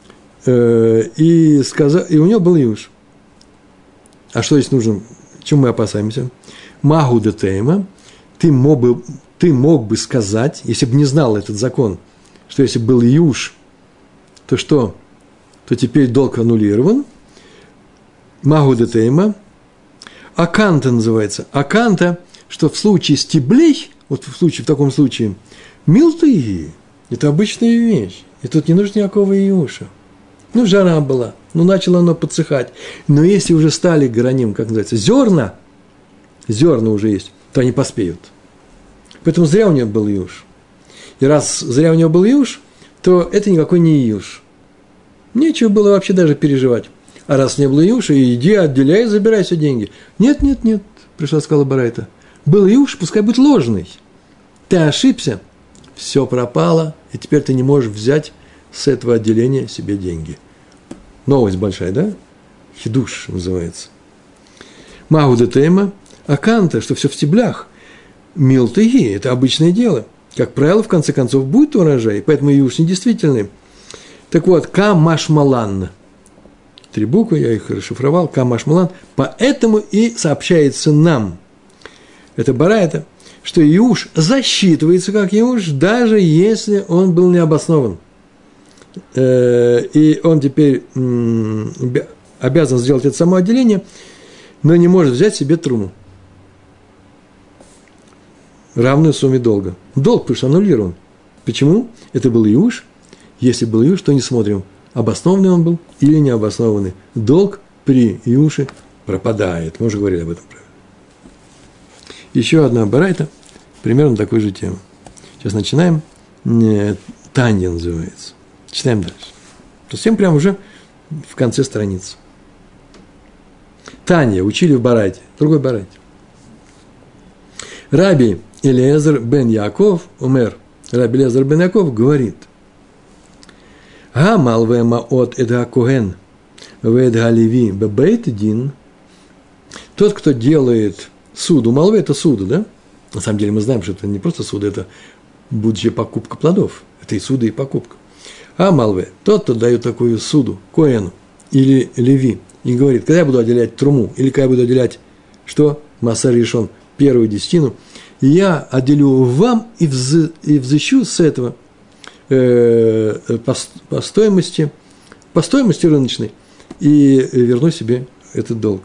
A: и сказал, и у него был юж. А что здесь нужно? Чему мы опасаемся? Магу де тейма, ты мог бы сказать, если бы не знал этот закон, что если был юж, то что? То теперь долг аннулирован. Магу де тейма. Аканта называется. Аканта, что в случае стеблей, вот в таком случае, милты, это обычная вещь. И тут не нужно никакого юша. Жара была, начало оно подсыхать. Но если уже стали граним, как называется, зерна уже есть, то они поспеют. Поэтому зря у него был юж. И раз зря у него был юж, то это никакой не юж. Нечего было вообще даже переживать. А раз не было юж, иди, отделяй, забирай все деньги. Нет, пришла сказала Барайта. Был юж, пускай будет ложный. Ты ошибся, все пропало, и теперь ты не можешь взять с этого отделения себе деньги. Новость большая, да? Хидуш называется. Магу де тема, аканта, что все в стеблях. Милтыги, это обычное дело. Как правило, в конце концов, будет урожай, поэтому юж недействительный. Так вот, камашмалан. 3 буквы, я их расшифровал, камашмалан. Поэтому и сообщается нам, это Барайта, что юж засчитывается как юж, даже если он был необоснован. И он теперь обязан сделать это самоотделение, но не может взять себе труму, равную сумме долга. Долг, потому что аннулирован. Почему? Это был юж. Если был юж, то не смотрим, обоснованный он был или необоснованный. Долг при юше пропадает. Мы уже говорили об этом. Еще одна барайта, примерно такой же темы. Сейчас начинаем. Танья называется. Читаем дальше. Совсем прямо уже в конце страницы. Танья учили в барайте, другой барайте. Раби Элиэзер бен Яаков, умер, Раби Элиэзер бен Яаков говорит: Гамал вемаот эдга коген, ведга леви бебейт дин. Тот, кто делает суду, малве – это суда, да? На самом деле мы знаем, что это не просто суда, это будущая покупка плодов. Это и суда, и покупка. А малве – тот, кто дает такую суду, коэну или леви, и говорит, когда я буду отделять труму, или когда я буду отделять, что? Маасер решен, первую десятину, я отделю вам и взыщу с этого по стоимости рыночной и верну себе этот долг.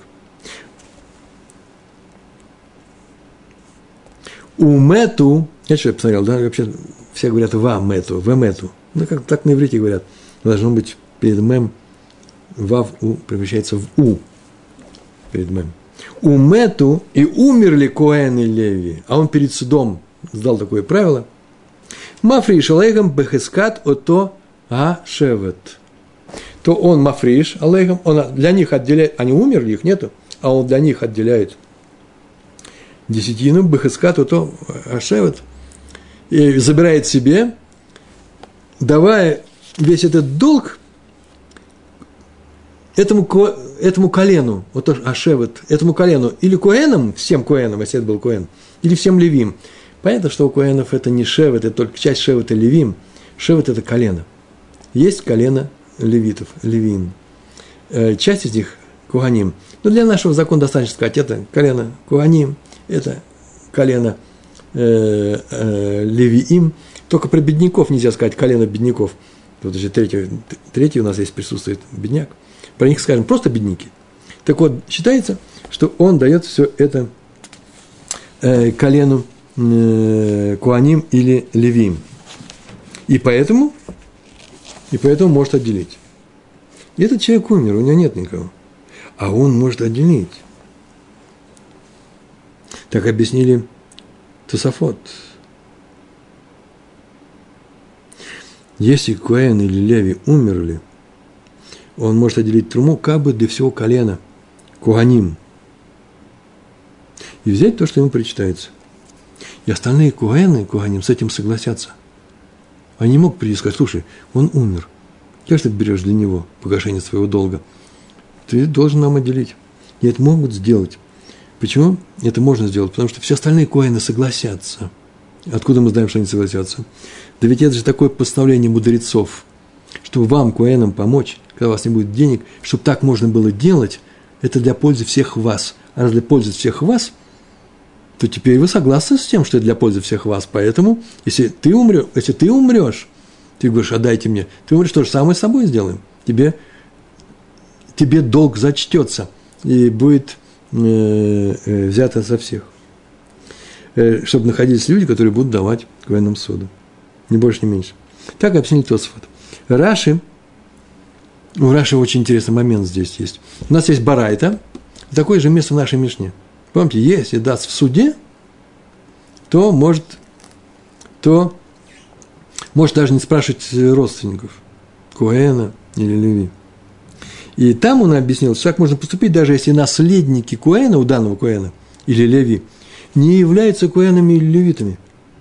A: Умету, я что я посмотрел, да, вообще все говорят вамету, вемету. Ну, как так на иврите говорят. Должно быть перед мем вав у превращается в у перед мем. Умету и умерли Коэн и Леви, а он перед судом сдал такое правило. Мафриш алейхам бехескат ото ашевет. То он мафриш алейхам, он для них отделяет, они умерли, их нету, а он для них отделяет десятину бехескат ото ашевет и забирает себе, давая весь этот долг этому колену, вот ашевет, этому колену, или коэнам, всем коэнам, если это был коэн, или всем левим. Понятно, что у коэнов это не шевет, это только часть шевета левим. Шевет – это колено. Есть колено левитов, левин. Часть из них – куаним. Но для нашего закона достаточно сказать, это колено куаним, это колено левиим. Только про бедняков нельзя сказать колено бедняков. Вот уже третий у нас здесь присутствует бедняк. Про них скажем просто бедняки. Так вот, считается, что он дает все это колену Коаним или Левиим. И поэтому может отделить. И этот человек умер, у него нет никого. А он может отделить. Так объяснили Тосафот. Если Коэн или Леви умерли, он может отделить труму как бы для всего колена, Коаним, и взять то, что ему причитается. И остальные Коаним с этим согласятся. Они не могут прийти и сказать: слушай, он умер. Как же ты берешь для него погашение своего долга? Ты должен нам отделить. И это могут сделать. Почему это можно сделать? Потому что все остальные коэны согласятся. Откуда мы знаем, что они согласятся? Да ведь это же такое постановление мудрецов, чтобы вам, коэнам, помочь, когда у вас не будет денег, чтобы так можно было делать, это для пользы всех вас. А раз для пользы всех вас, то теперь вы согласны с тем, что это для пользы всех вас. Поэтому, если ты умрешь, ты говоришь: отдайте мне. Ты говоришь: то же самое с собой сделаем. Тебе долг зачтется и будет взято со всех. Чтобы находились люди, которые будут давать коэнам суду. Ни больше, ни меньше. Так объяснил Тосафот. У Раши очень интересный момент здесь есть. У нас есть барайта, такое же место в нашей Мишне. Помните, если даст в суде, то может даже не спрашивать родственников, коэна или леви. И там он объяснил, что так можно поступить, даже если наследники коэна, у данного коэна или леви, не являются коэнами или левитами.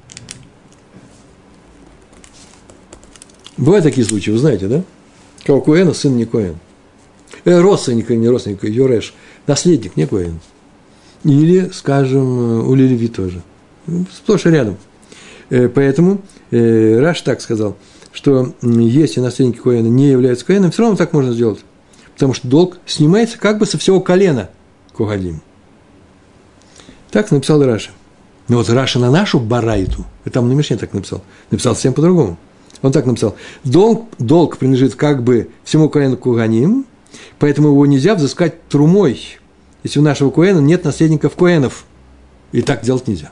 A: Бывают такие случаи, вы знаете, да? Когда у коэна сын не коэн. Родственник, не родственник, Йореш, наследник, не коэн. Или, скажем, у леви тоже. Сплошь и рядом. Поэтому Раш так сказал, что если наследники коэна не являются коэном, все равно так можно сделать. Потому что долг снимается как бы со всего колена Когалим. Так написал Раша. Но вот Раша на нашу барайту, и там на Мишне так написал совсем по-другому. Он так написал: долг принадлежит как бы всему колену Коганим, поэтому его нельзя взыскать трумой, если у нашего коэна нет наследников коэнов. И так делать нельзя.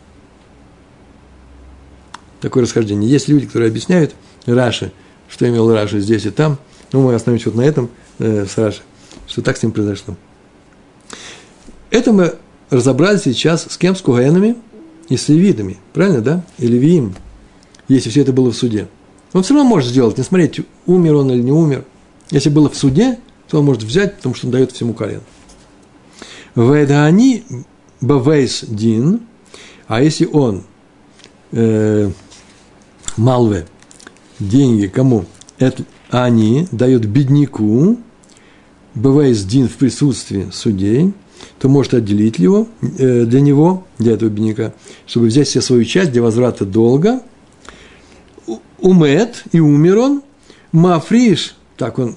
A: Такое расхождение. Есть люди, которые объясняют Раши, что имел Раши здесь и там. Ну, мы остановимся вот на этом с Раши, что так с ним произошло. Это мы разобрались сейчас с кем? С коэнами и с левитами. Правильно, да? И левиим, если все это было в суде. Он все равно может сделать, не смотреть, умер он или не умер. Если было в суде, то он может взять, потому что он дает всему колену. Вэдани бавейс дин, а если он малве деньги кому? Это они дают бедняку, бавейс дин в присутствии судей, то может отделить его для него, для этого бедняка, чтобы взять себе свою часть для возврата долга. Умет, и умер он, мафриш, так он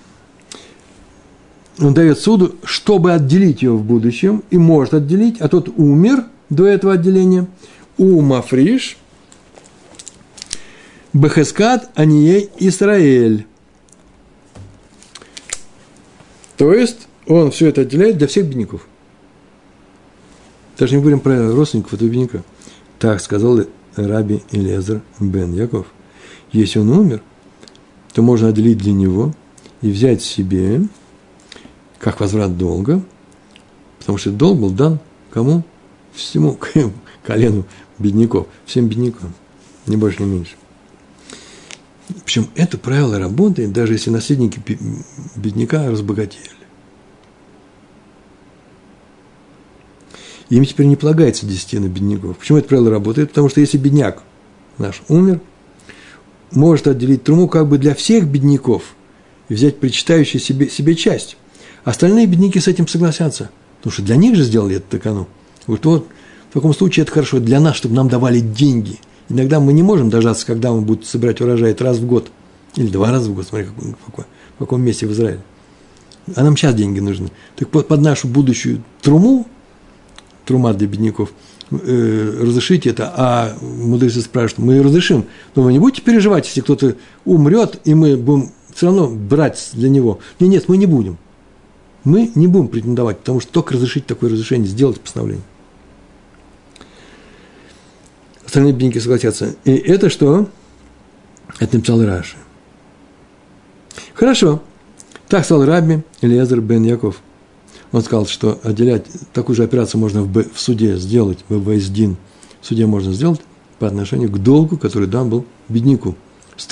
A: дает суду, чтобы отделить его в будущем, и может отделить, а тот умер до этого отделения. У мафриш, бехескат анией Исраэль. То есть, он все это отделяет для всех бедняков. Даже не говорим про родственников этого бедняка. Так сказал Раби Элиэзер бен Яков. Если он умер, то можно отделить для него и взять себе, как возврат долга, потому что долг был дан кому? Всему колену бедняков, всем беднякам, ни больше, ни меньше. Причем это правило работает, даже если наследники бедняка разбогатели. Им теперь не полагается десятина бедняков. Почему это правило работает? Потому что если бедняк наш умер, может отделить труму как бы для всех бедняков и взять причитающую себе часть. Остальные бедняки с этим согласятся, потому что для них же сделали это такану. Вот в таком случае это хорошо для нас, чтобы нам давали деньги. Иногда мы не можем дождаться, когда мы будем собирать урожай, это раз в год или 2 раза в год, смотри, в каком месте в Израиле. А нам сейчас деньги нужны. Так под нашу будущую трума для бедняков, разрешите это, а мудрецы спрашивают: мы разрешим, но вы не будете переживать, если кто-то умрет, и мы будем все равно брать для него. Нет, мы не будем. Мы не будем претендовать, потому что только разрешить такое разрешение, сделать постановление. остальные бедняки согласятся. И это что? Это написал Раши. Хорошо. Так сказал Раби Элиэзер бен Яков. Он сказал, что отделять такую же операцию можно в суде сделать, в Бейс-Дин. В суде можно сделать по отношению к долгу, который дан был бедняку. С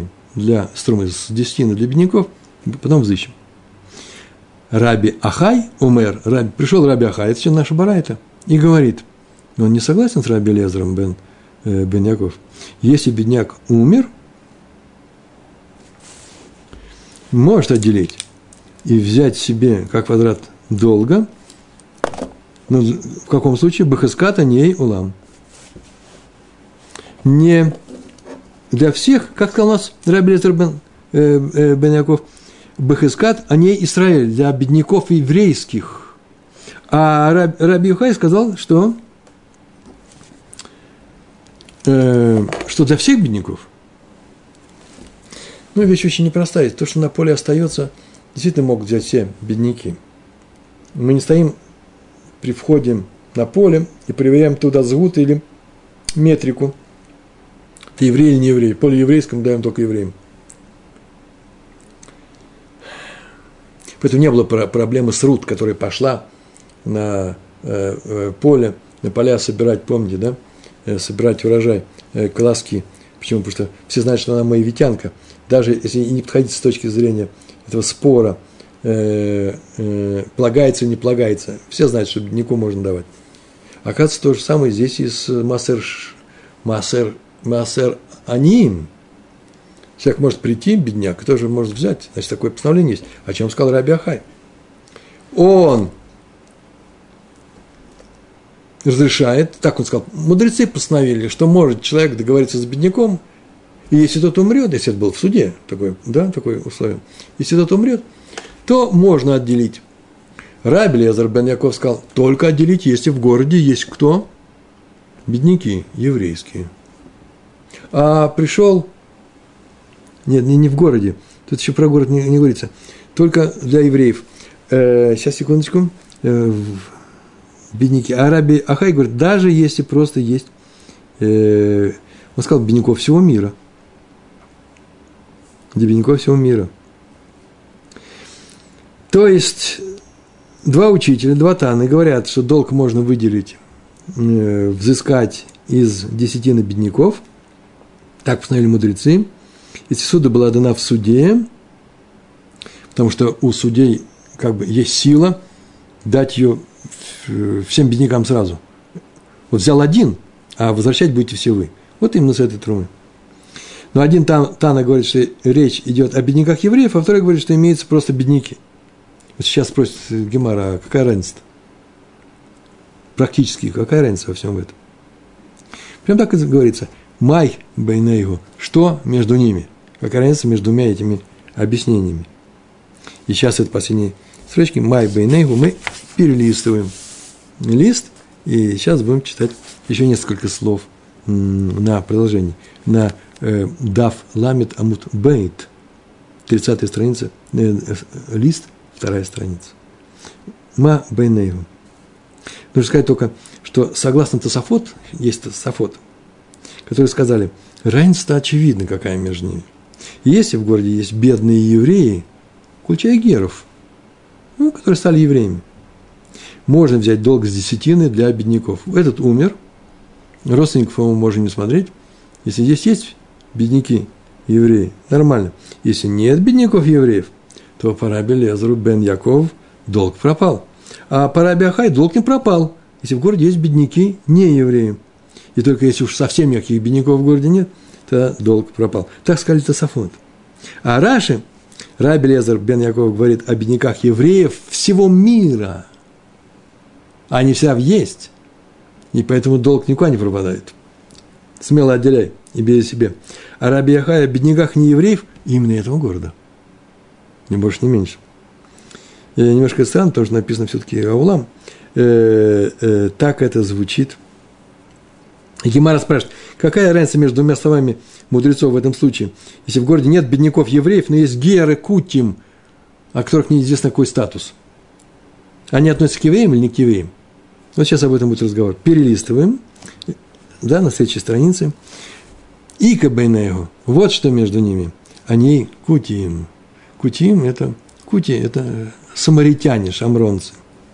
A: 10 для бедняков, потом взыщем. Раби Ахай умер, пришел Раби Ахай, это все наша барайта, и говорит, он не согласен с Раби Элиэзером бен Яков. Если бедняк умер, может отделить и взять себе как квадрат долга, но в каком случае? Бахаската ней улам. Не для всех, как сказал у нас Раби Элиэзер бен Яков, Бахаскат, а не Исраэль, для бедняков еврейских. А Раби Йохай сказал, что для всех бедняков. Ну, вещь очень непростая. То, что на поле остается, действительно могут взять все бедняки. Мы не стоим при входе на поле и проверяем туда згут или метрику. Ты еврей или не еврей. Поле еврейскому даем только евреям. Поэтому не было проблемы с Рут, которая пошла на поле, на поля собирать, помните, да? Собирать урожай, колоски. Почему? Потому что все знают, что она моавитянка. Даже если не подходить с точки зрения этого спора, полагается или не полагается, все знают, что бедняку можно давать. Оказывается, то же самое здесь и с Маасер Аним. Человек может прийти, бедняк, тоже может взять. Значит, такое постановление есть. О чем сказал Раби Ахай? Он разрешает, так он сказал, мудрецы постановили, что может человек договориться с бедняком, и если тот умрет, если это было в суде, такое условие, если тот умрет, то можно отделить. Раби Элиэзер бен Яков сказал, только отделить, если в городе есть кто? Бедняки еврейские. А пришел... Нет, не в городе. Тут еще про город не говорится. Только для евреев. Сейчас, секундочку. Бедняки. А Раби Ахай говорит, даже если просто есть... он сказал, бедняков всего мира. Для бедняков всего мира. То есть, два учителя, два таны говорят, что долг можно выделить, взыскать из десятины бедняков. Так постановили мудрецы. Если суда была дана в суде, потому что у судей как бы есть сила дать ее всем беднякам сразу. Вот взял один, а возвращать будете все вы. Вот именно с этой трумы. Но один Тана говорит, что речь идет о бедняках евреев, а второй говорит, что имеются просто бедняки. Вот сейчас спросит Гемара, а какая разница? Практически, какая разница во всем этом? Прям так и говорится. Май бейнейгу. Что между ними? Какая разница между двумя этими объяснениями? И сейчас это последние строчки. Май бейнейгу мы перелистываем лист, и сейчас будем читать еще несколько слов на продолжение. На Дав Ламет Амут Бейт, 30-я страница, лист, 2-я страница. Ма бейнейгу. Нужно сказать только, что согласно Тосафот, есть Тосафот, которые сказали, разница-то очевидна, какая между ними. Если в городе есть бедные евреи, включая геров, которые стали евреями, можно взять долг с десятины для бедняков. Этот умер, родственников ему можно не смотреть. Если здесь есть бедняки евреи, нормально. Если нет бедняков евреев, то по Раби Элиэзеру бен Яков долг пропал. А по Раби Ахай долг не пропал, если в городе есть бедняки не евреи. И только если уж совсем никаких бедняков в городе нет, то долг пропал. Так сказали Тосафот. А Раши, Раби Элиэзер бен Яков говорит о бедняках евреев всего мира. Они всегда есть. И поэтому долг никуда не пропадает. Смело отделяй и бери себе. А Раби Ахай о бедняках не евреев именно этого города. Ни больше, ни меньше. И немножко странно, потому что написано все-таки Аулам. Так это звучит. И Гемара спрашивает, какая разница между двумя словами мудрецов в этом случае? Если в городе нет бедняков евреев, но есть геры кутим, о которых неизвестно какой статус. Они относятся к евреям или не к евреям? Вот сейчас об этом будет разговор. Перелистываем. да, на следующей странице. Ика бейнегу, вот что между ними. Они кутиим. Кутиим – это самаритяне, шамронцы.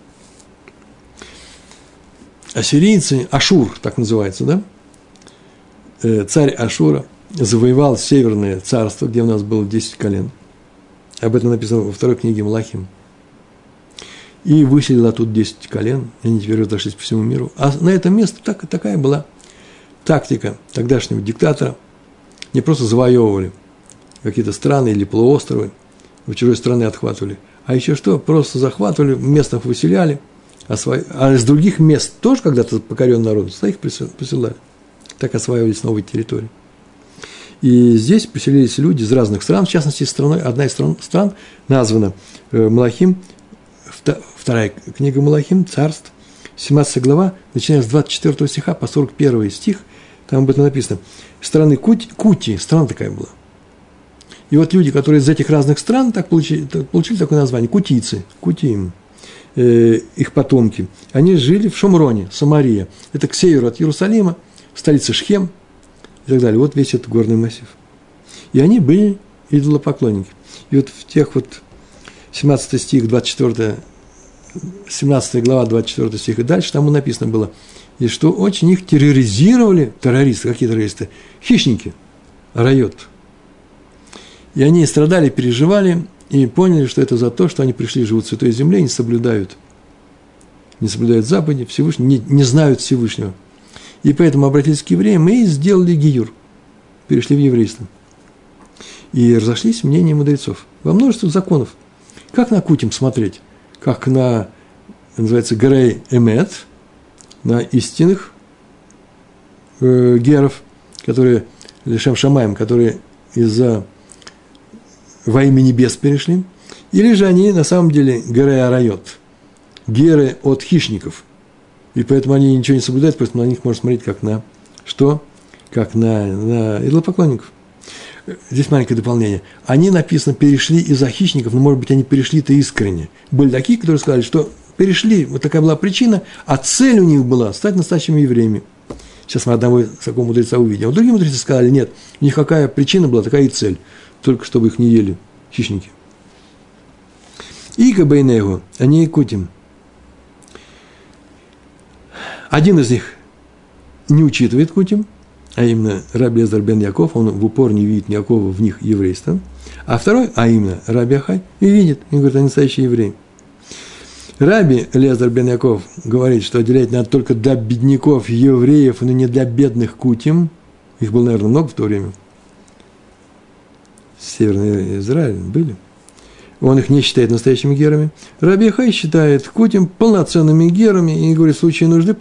A: Ассирийцы, Ашур, так называется, да? Царь Ашура завоевал северное царство, где у нас было 10 колен. Об этом написано во второй книге Малахим. И выселил оттуда 10 колен, и они теперь разошлись по всему миру. А на это место такая была тактика тогдашнего диктатора. Не просто завоевывали какие-то страны или полуостровы, в чужой страны отхватывали, а еще что, просто захватывали, местных выселяли, а из других мест тоже когда-то покоренный народ, своих поселяли. Так осваивались новые территории. И здесь поселились люди из разных стран, в частности, одна из стран названа Малахим, вторая книга Малахим, Царств, 17 глава, начиная с 24 стиха по 41 стих, там об этом написано. Страны Кути, страна такая была. И вот люди, которые из этих разных стран получили такое название, кутийцы, кутиим, их потомки, они жили в Шумроне, Самария. Это к северу от Иерусалима, столица Шхем и так далее. Вот весь этот горный массив. И они были идолопоклонники. И вот в тех вот 17 стих, 24, 17 глава, 24 стих и дальше, там написано было, и что очень их терроризировали, террористы, какие террористы? Хищники, райот. И они страдали, переживали, и поняли, что это за то, что они пришли, живут в Святой Земле, не соблюдают заповеди Всевышнего, не знают Всевышнего. И поэтому обратились к евреям и сделали гиюр, перешли в еврейство. И разошлись мнения мудрецов во множестве законов. Как на Кутим смотреть? Как на, называется, Герей Эмет, на истинных геров, которые, Лешем Шамаем, которые во имя небес перешли, или же они на самом деле Герей Арайот, геры от хищников, и поэтому они ничего не соблюдают, поэтому на них можно смотреть как на что? Как на идолопоклонников. Здесь маленькое дополнение. Они, написано, перешли из-за хищников, но, может быть, они перешли-то искренне. Были такие, которые сказали, что перешли, вот такая была причина, а цель у них была стать настоящими евреями. Сейчас мы одного такого мудреца увидим. А другие мудрецы сказали, нет, у них какая причина была, такая и цель, только чтобы их не ели хищники. Ика бейнегу, они кутим. Один из них не учитывает кутим, а именно Раби Элиэзер бен Яков, он в упор не видит никакого в них еврейства, а второй, а именно Раби Ахай, и видит, и говорит, они настоящие евреи. Раби Элиэзер бен Яков говорит, что отделять надо только для бедняков евреев, но не для бедных кутим, их было, наверное, много в то время, Северный Израиль были, он их не считает настоящими герами. Раби Ахай считает кутим полноценными герами, и говорит, в случае нужды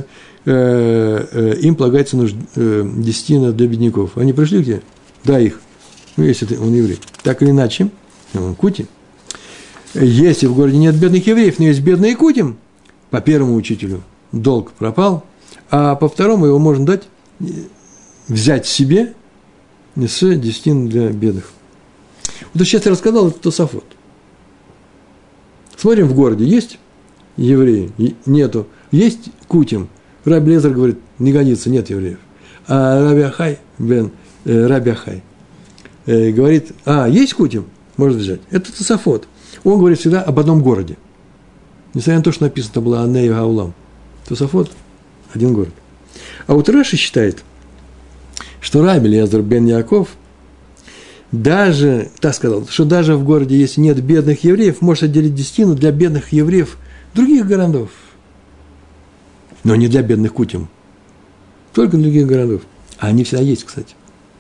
A: им полагается десятина для бедняков. Они пришли где? Дай их. Ну, если он еврей. Так или иначе, он кутим. Если в городе нет бедных евреев, но есть бедные кутим, по первому учителю долг пропал, а по второму его можно дать, взять себе с десятин для бедных. Вот сейчас я рассказал, это Тосафот. Смотрим, в городе есть евреи? Нету. Есть кутим? Раби Элиэзер говорит, не годится, нет евреев. А Раби Ахай говорит, есть кутим? Можно взять. Это Тосафот. Он говорит всегда об одном городе. Несмотря на то, что написано было Аней Гаулам. Тосафот – один город. А вот Раши считает, что Раби Элиэзер бен Яков даже, так сказал, что даже в городе, если нет бедных евреев, может отделить десятину для бедных евреев других городов. Но не для бедных кутим. Только для других городов. А они всегда есть, кстати.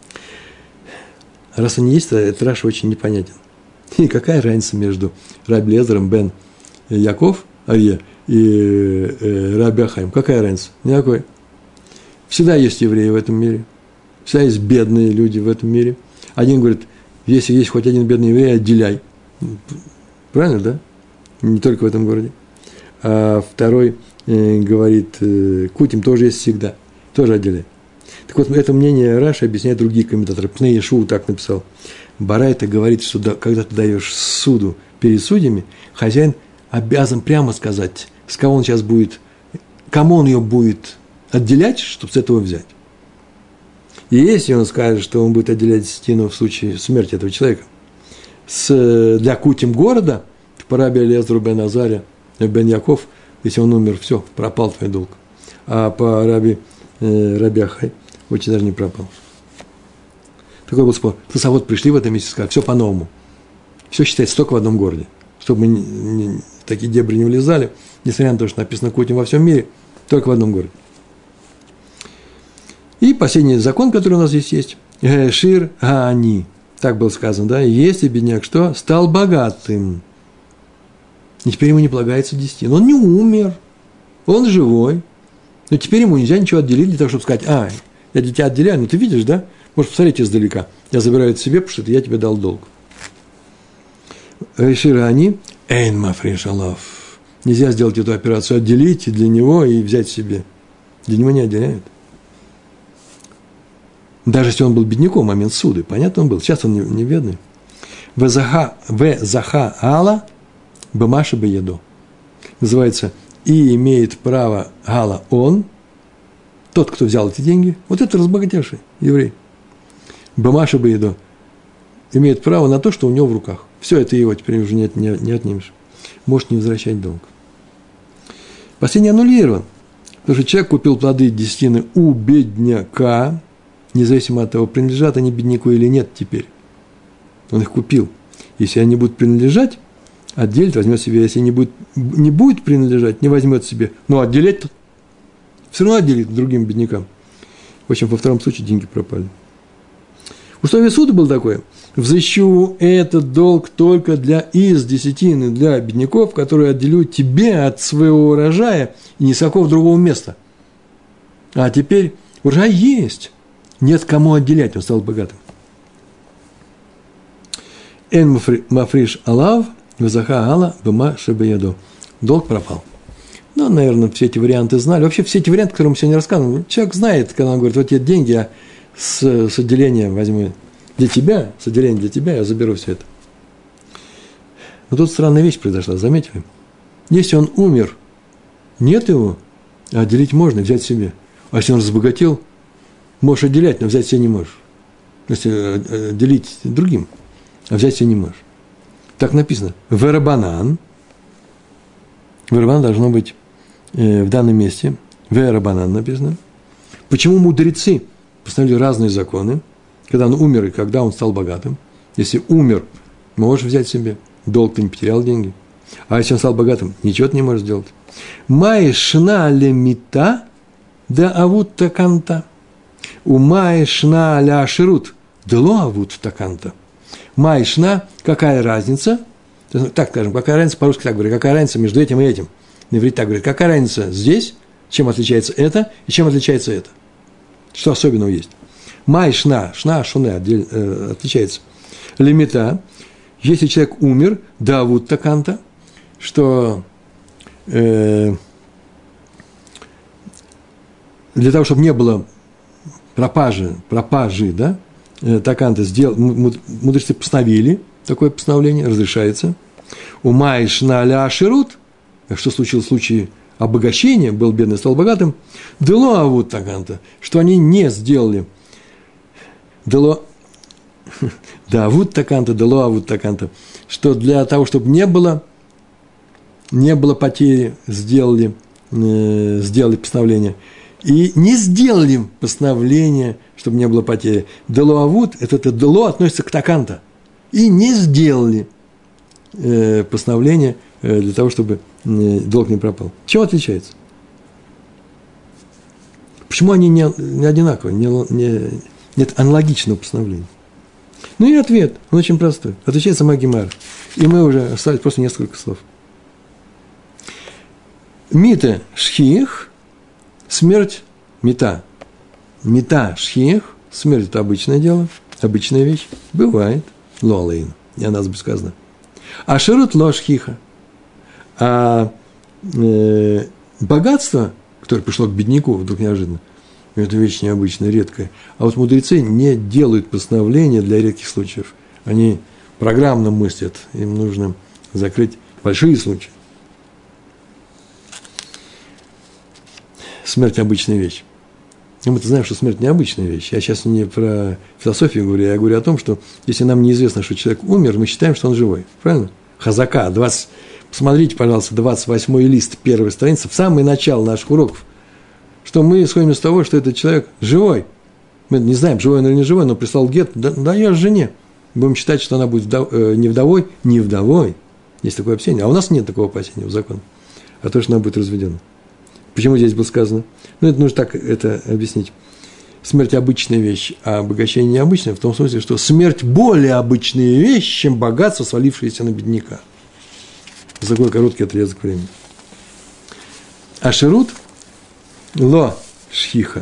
A: Раз они есть, то этот Раши очень непонятен. И какая разница между Раби Элиэзером бен Яков, и Раби Ахаем? Какая разница? Никакой. Всегда есть евреи в этом мире. Всегда есть бедные люди в этом мире. Один говорит, если есть хоть один бедный еврей, отделяй. Правильно, да? Не только в этом городе. А второй говорит, кутим тоже есть всегда. Тоже отделяй. Так вот, это мнение Раши объясняет другие комментаторы. Пней Ешуа так написал. Барайта говорит, что когда ты даешь суду перед судьями, хозяин обязан прямо сказать, с кого он сейчас будет, кому он ее будет отделять, чтобы с этого взять. И если он скажет, что он будет отделять десятину в случае смерти этого человека для кутим города, по раби Элиэзеру бен Азария, бен Яков, если он умер, все, пропал твой долг. А по раби Ахай очень даже не пропал. Такой был спор. Тосафот пришли в этом месте и сказали, все по-новому. Все считается только в одном городе. Чтобы мы в такие дебри не влезали, несмотря на то, что написано кутим во всем мире, только в одном городе. И последний закон, который у нас здесь есть. Шир Гаани. Так было сказано, да? Если бедняк что? Стал богатым. И теперь ему не полагается десятина. Он не умер. Он живой. Но теперь ему нельзя ничего отделить для того, чтобы сказать, я тебя отделяю, ну ты видишь, да? Можешь посмотреть издалека. Я забираю это себе, потому что я тебе дал долг. Шир Гаани. Эйн мафриш алав. Нельзя сделать эту операцию, отделить для него и взять себе. Для него не отделяют. Даже если он был бедняком в момент суды, понятно, он был. Сейчас он не бедный. Заха ала бамаша бееду. Называется, и имеет право ала он, тот, кто взял эти деньги, вот это разбогатевший еврей. Бамаша бееду имеет право на то, что у него в руках. Все это его теперь уже не отнимешь. Может не возвращать долг. Последний аннулирован. Потому что человек купил плоды десятины у бедняка, независимо от того, принадлежат они бедняку или нет теперь. Он их купил. Если они будут принадлежать, отделит, возьмет себе. Если не будет принадлежать, не возьмет себе. Но отделять все равно отделит другим беднякам. В общем, во втором случае деньги пропали. Условие суда было такое. Взыщу этот долг только из десятины для бедняков, которые отделю тебе от своего урожая и ни с какого другого места. А теперь урожай есть. Нет кому отделять, он стал богатым. Эн мафриш алав, вазаха ала, бема шебеяду. Долг пропал. Ну, наверное, все эти варианты знали. Вообще, все эти варианты, которые мы сегодня рассказываем, человек знает, когда он говорит, вот эти деньги я с отделения возьму для тебя, с отделения для тебя, я заберу все это. Но тут странная вещь произошла, заметили? Если он умер, нет его, а отделить можно, взять себе. А если он разбогател, можешь отделять, но взять себе не можешь. Если делить другим, а взять себе не можешь. Так написано. Верабанан. Верабанан должно быть в данном месте. Верабанан написано. Почему мудрецы постановили разные законы, когда он умер и когда он стал богатым? Если умер, можешь взять себе. Долг ты не потерял деньги. А если он стал богатым, ничего ты не можешь сделать. Май шна лемита да авут таканта. Умай шна ля ширут да ло авут таканта. Май шна, какая разница? Так скажем, какая разница, по-русски так говорят, какая разница между этим и этим? На иврите так говорят, какая разница здесь, чем отличается это и чем отличается это? Что особенного есть? Май шна, шуне отличается. Лимита, если человек умер, да вот таканта, что для того, чтобы не было пропажи, да, таканта мудрецы постановили, такое постановление разрешается. Умай шна ля ширут, что случилось в случае обогащения, был бедный, стал богатым, дело авут таканта, что они не сделали. Дело, да, авут таканта, дело авут таканта, что для того, чтобы не было потери, сделали постановление. И не сделали постановление, чтобы не было потери. Дело авут, это дело относится к таканта. И не сделали постановление для того, чтобы долг не пропал. Чем отличается? Почему они не одинаковые, нет аналогичного постановления? Ну и ответ, он очень простой. Отвечает сама Гемара. И мы уже остались просто несколько слов. Мита шхих, смерть мита. Мита шхих, смерть – это обычное дело, обычная вещь. Бывает. Лолейн, не о нас бы сказано. А ширут ло шхиха. А богатство, которое пришло к бедняку вдруг неожиданно, это вещь необычная, редкая. А вот мудрецы не делают постановления для редких случаев. Они программно мыслят, им нужно закрыть большие случаи. смерть обычная вещь. И мы-то знаем, что смерть необычная вещь. Я сейчас не про философию говорю, я говорю о том, что если нам неизвестно, что человек умер, мы считаем, что он живой. Правильно? Хазака, посмотрите, пожалуйста, 28-й лист первой страницы, в самое начало наших уроков, что мы исходим из того, что этот человек живой. Мы не знаем, живой он или не живой, но прислал гет, даешь жене. Будем считать, что она будет не вдовой. Есть такое опасение. А у нас нет такого опасения в законе. А то, что она будет разведена. Почему здесь было сказано? Это нужно так это объяснить. Смерть – обычная вещь, а обогащение необычное, в том смысле, что смерть – более обычная вещь, чем богатство, свалившееся на бедняка. За такой короткий отрезок времени. Ашерут – ло шхиха.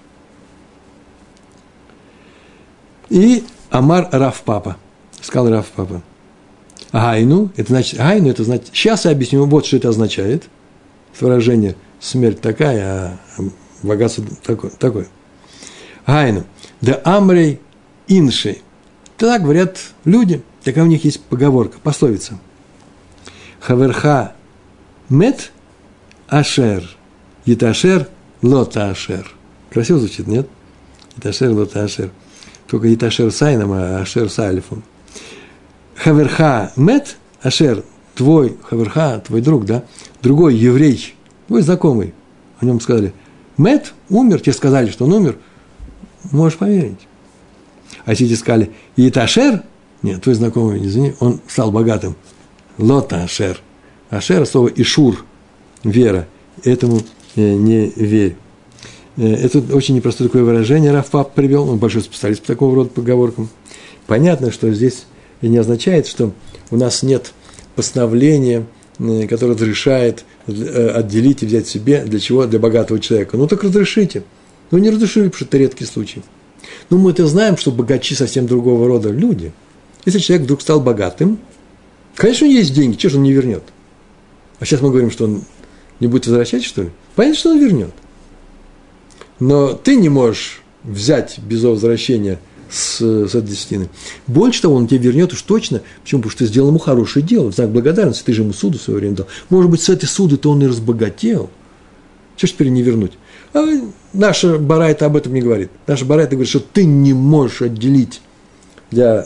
A: И Амар Рав Папа. Сказал Рав Папа. Гайну – это значит, сейчас я объясню, вот что это означает. Выражение смерть такая, а богатство такое. Гайну. Да амрей инши. Так говорят люди. Такая у них есть поговорка, пословица. Хаверха мет ашер. Иташер лота ашер. Красиво звучит, нет? Иташер лота ашер. Только иташер с айном, а ашер с алифом. Хаверха мет ашер. Твой хаверха, твой друг, да? Другой еврей, твой знакомый. О нем сказали. Мет умер, тебе сказали, что он умер. Можешь поверить. А если тебе сказали, Иташер, нет, твой знакомый, извини, он стал богатым. Лота Ашер. Ашер, слово Ишур, вера. Этому не верь. Это очень непростое такое выражение Рав Папа привел. Он большой специалист по такого рода поговоркам. Понятно, что здесь не означает, что у нас нет постановления, которое разрешает отделить и взять себе. Для чего? Для богатого человека. Ну, так разрешите. Ну, не разрешили, потому что это редкий случай. Но мы-то знаем, что богачи совсем другого рода люди. Если человек вдруг стал богатым, конечно, у него есть деньги, чего же он не вернет? А сейчас мы говорим, что он не будет возвращать, что ли? Понятно, что он вернет. Но ты не можешь взять без возвращения с этой десятины. Больше того, он тебе вернет уж точно. Почему? Потому что ты сделал ему хорошее дело. В знак благодарности ты же ему суду в свое время дал. Может быть, с этой суды-то он и разбогател. Чего ж теперь не вернуть? А наша барайта об этом не говорит. Наша барайта говорит, что ты не можешь отделить для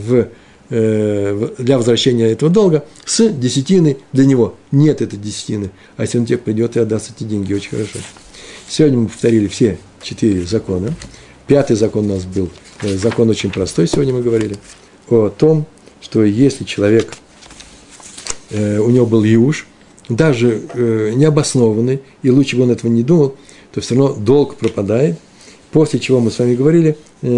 A: возвращения этого долга с десятины для него. Нет этой десятины. А если он тебе придет и отдаст эти деньги, очень хорошо. Сегодня мы повторили все 4 закона. 5-й закон у нас был, закон очень простой, сегодня мы говорили, о том, что если человек, у него был иуш, даже необоснованный, и лучше бы он этого не думал, то все равно долг пропадает. После чего мы с вами говорили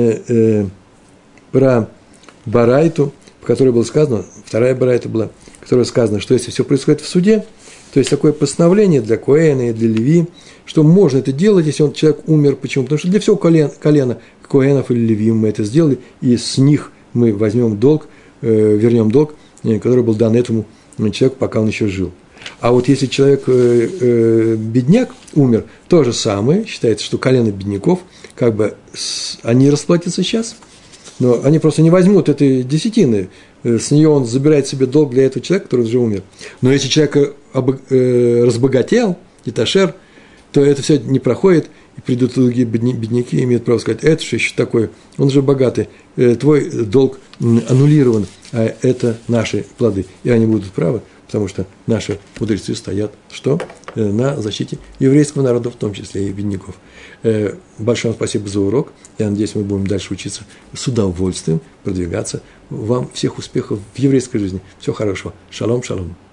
A: про барайту, в которой было сказано, вторая барайта была, в которой сказано, что если все происходит в суде, то есть такое постановление для Коэна и для Леви, что можно это делать, если человек умер. Почему? Потому что для всего колена Коэнов или Леви мы это сделали, и с них мы возьмем долг, вернем долг, который был дан этому человеку, пока он еще жил. А вот если человек, бедняк, умер, то же самое, считается, что колено бедняков, как бы они расплатятся сейчас, но они просто не возьмут этой десятины, с нее он забирает себе долг для этого человека, который уже умер. Но если человек разбогател, Иташер, то это все не проходит, и придут другие бедняки и имеют право сказать, это что еще такое, он же богатый, твой долг аннулирован, а это наши плоды. И они будут правы, потому что наши мудрецы стоят, что? На защите еврейского народа, в том числе и бедняков. Большое вам спасибо за урок. Я надеюсь, мы будем дальше учиться с удовольствием, продвигаться. Вам всех успехов в еврейской жизни. Всего хорошего. Шалом, шалом.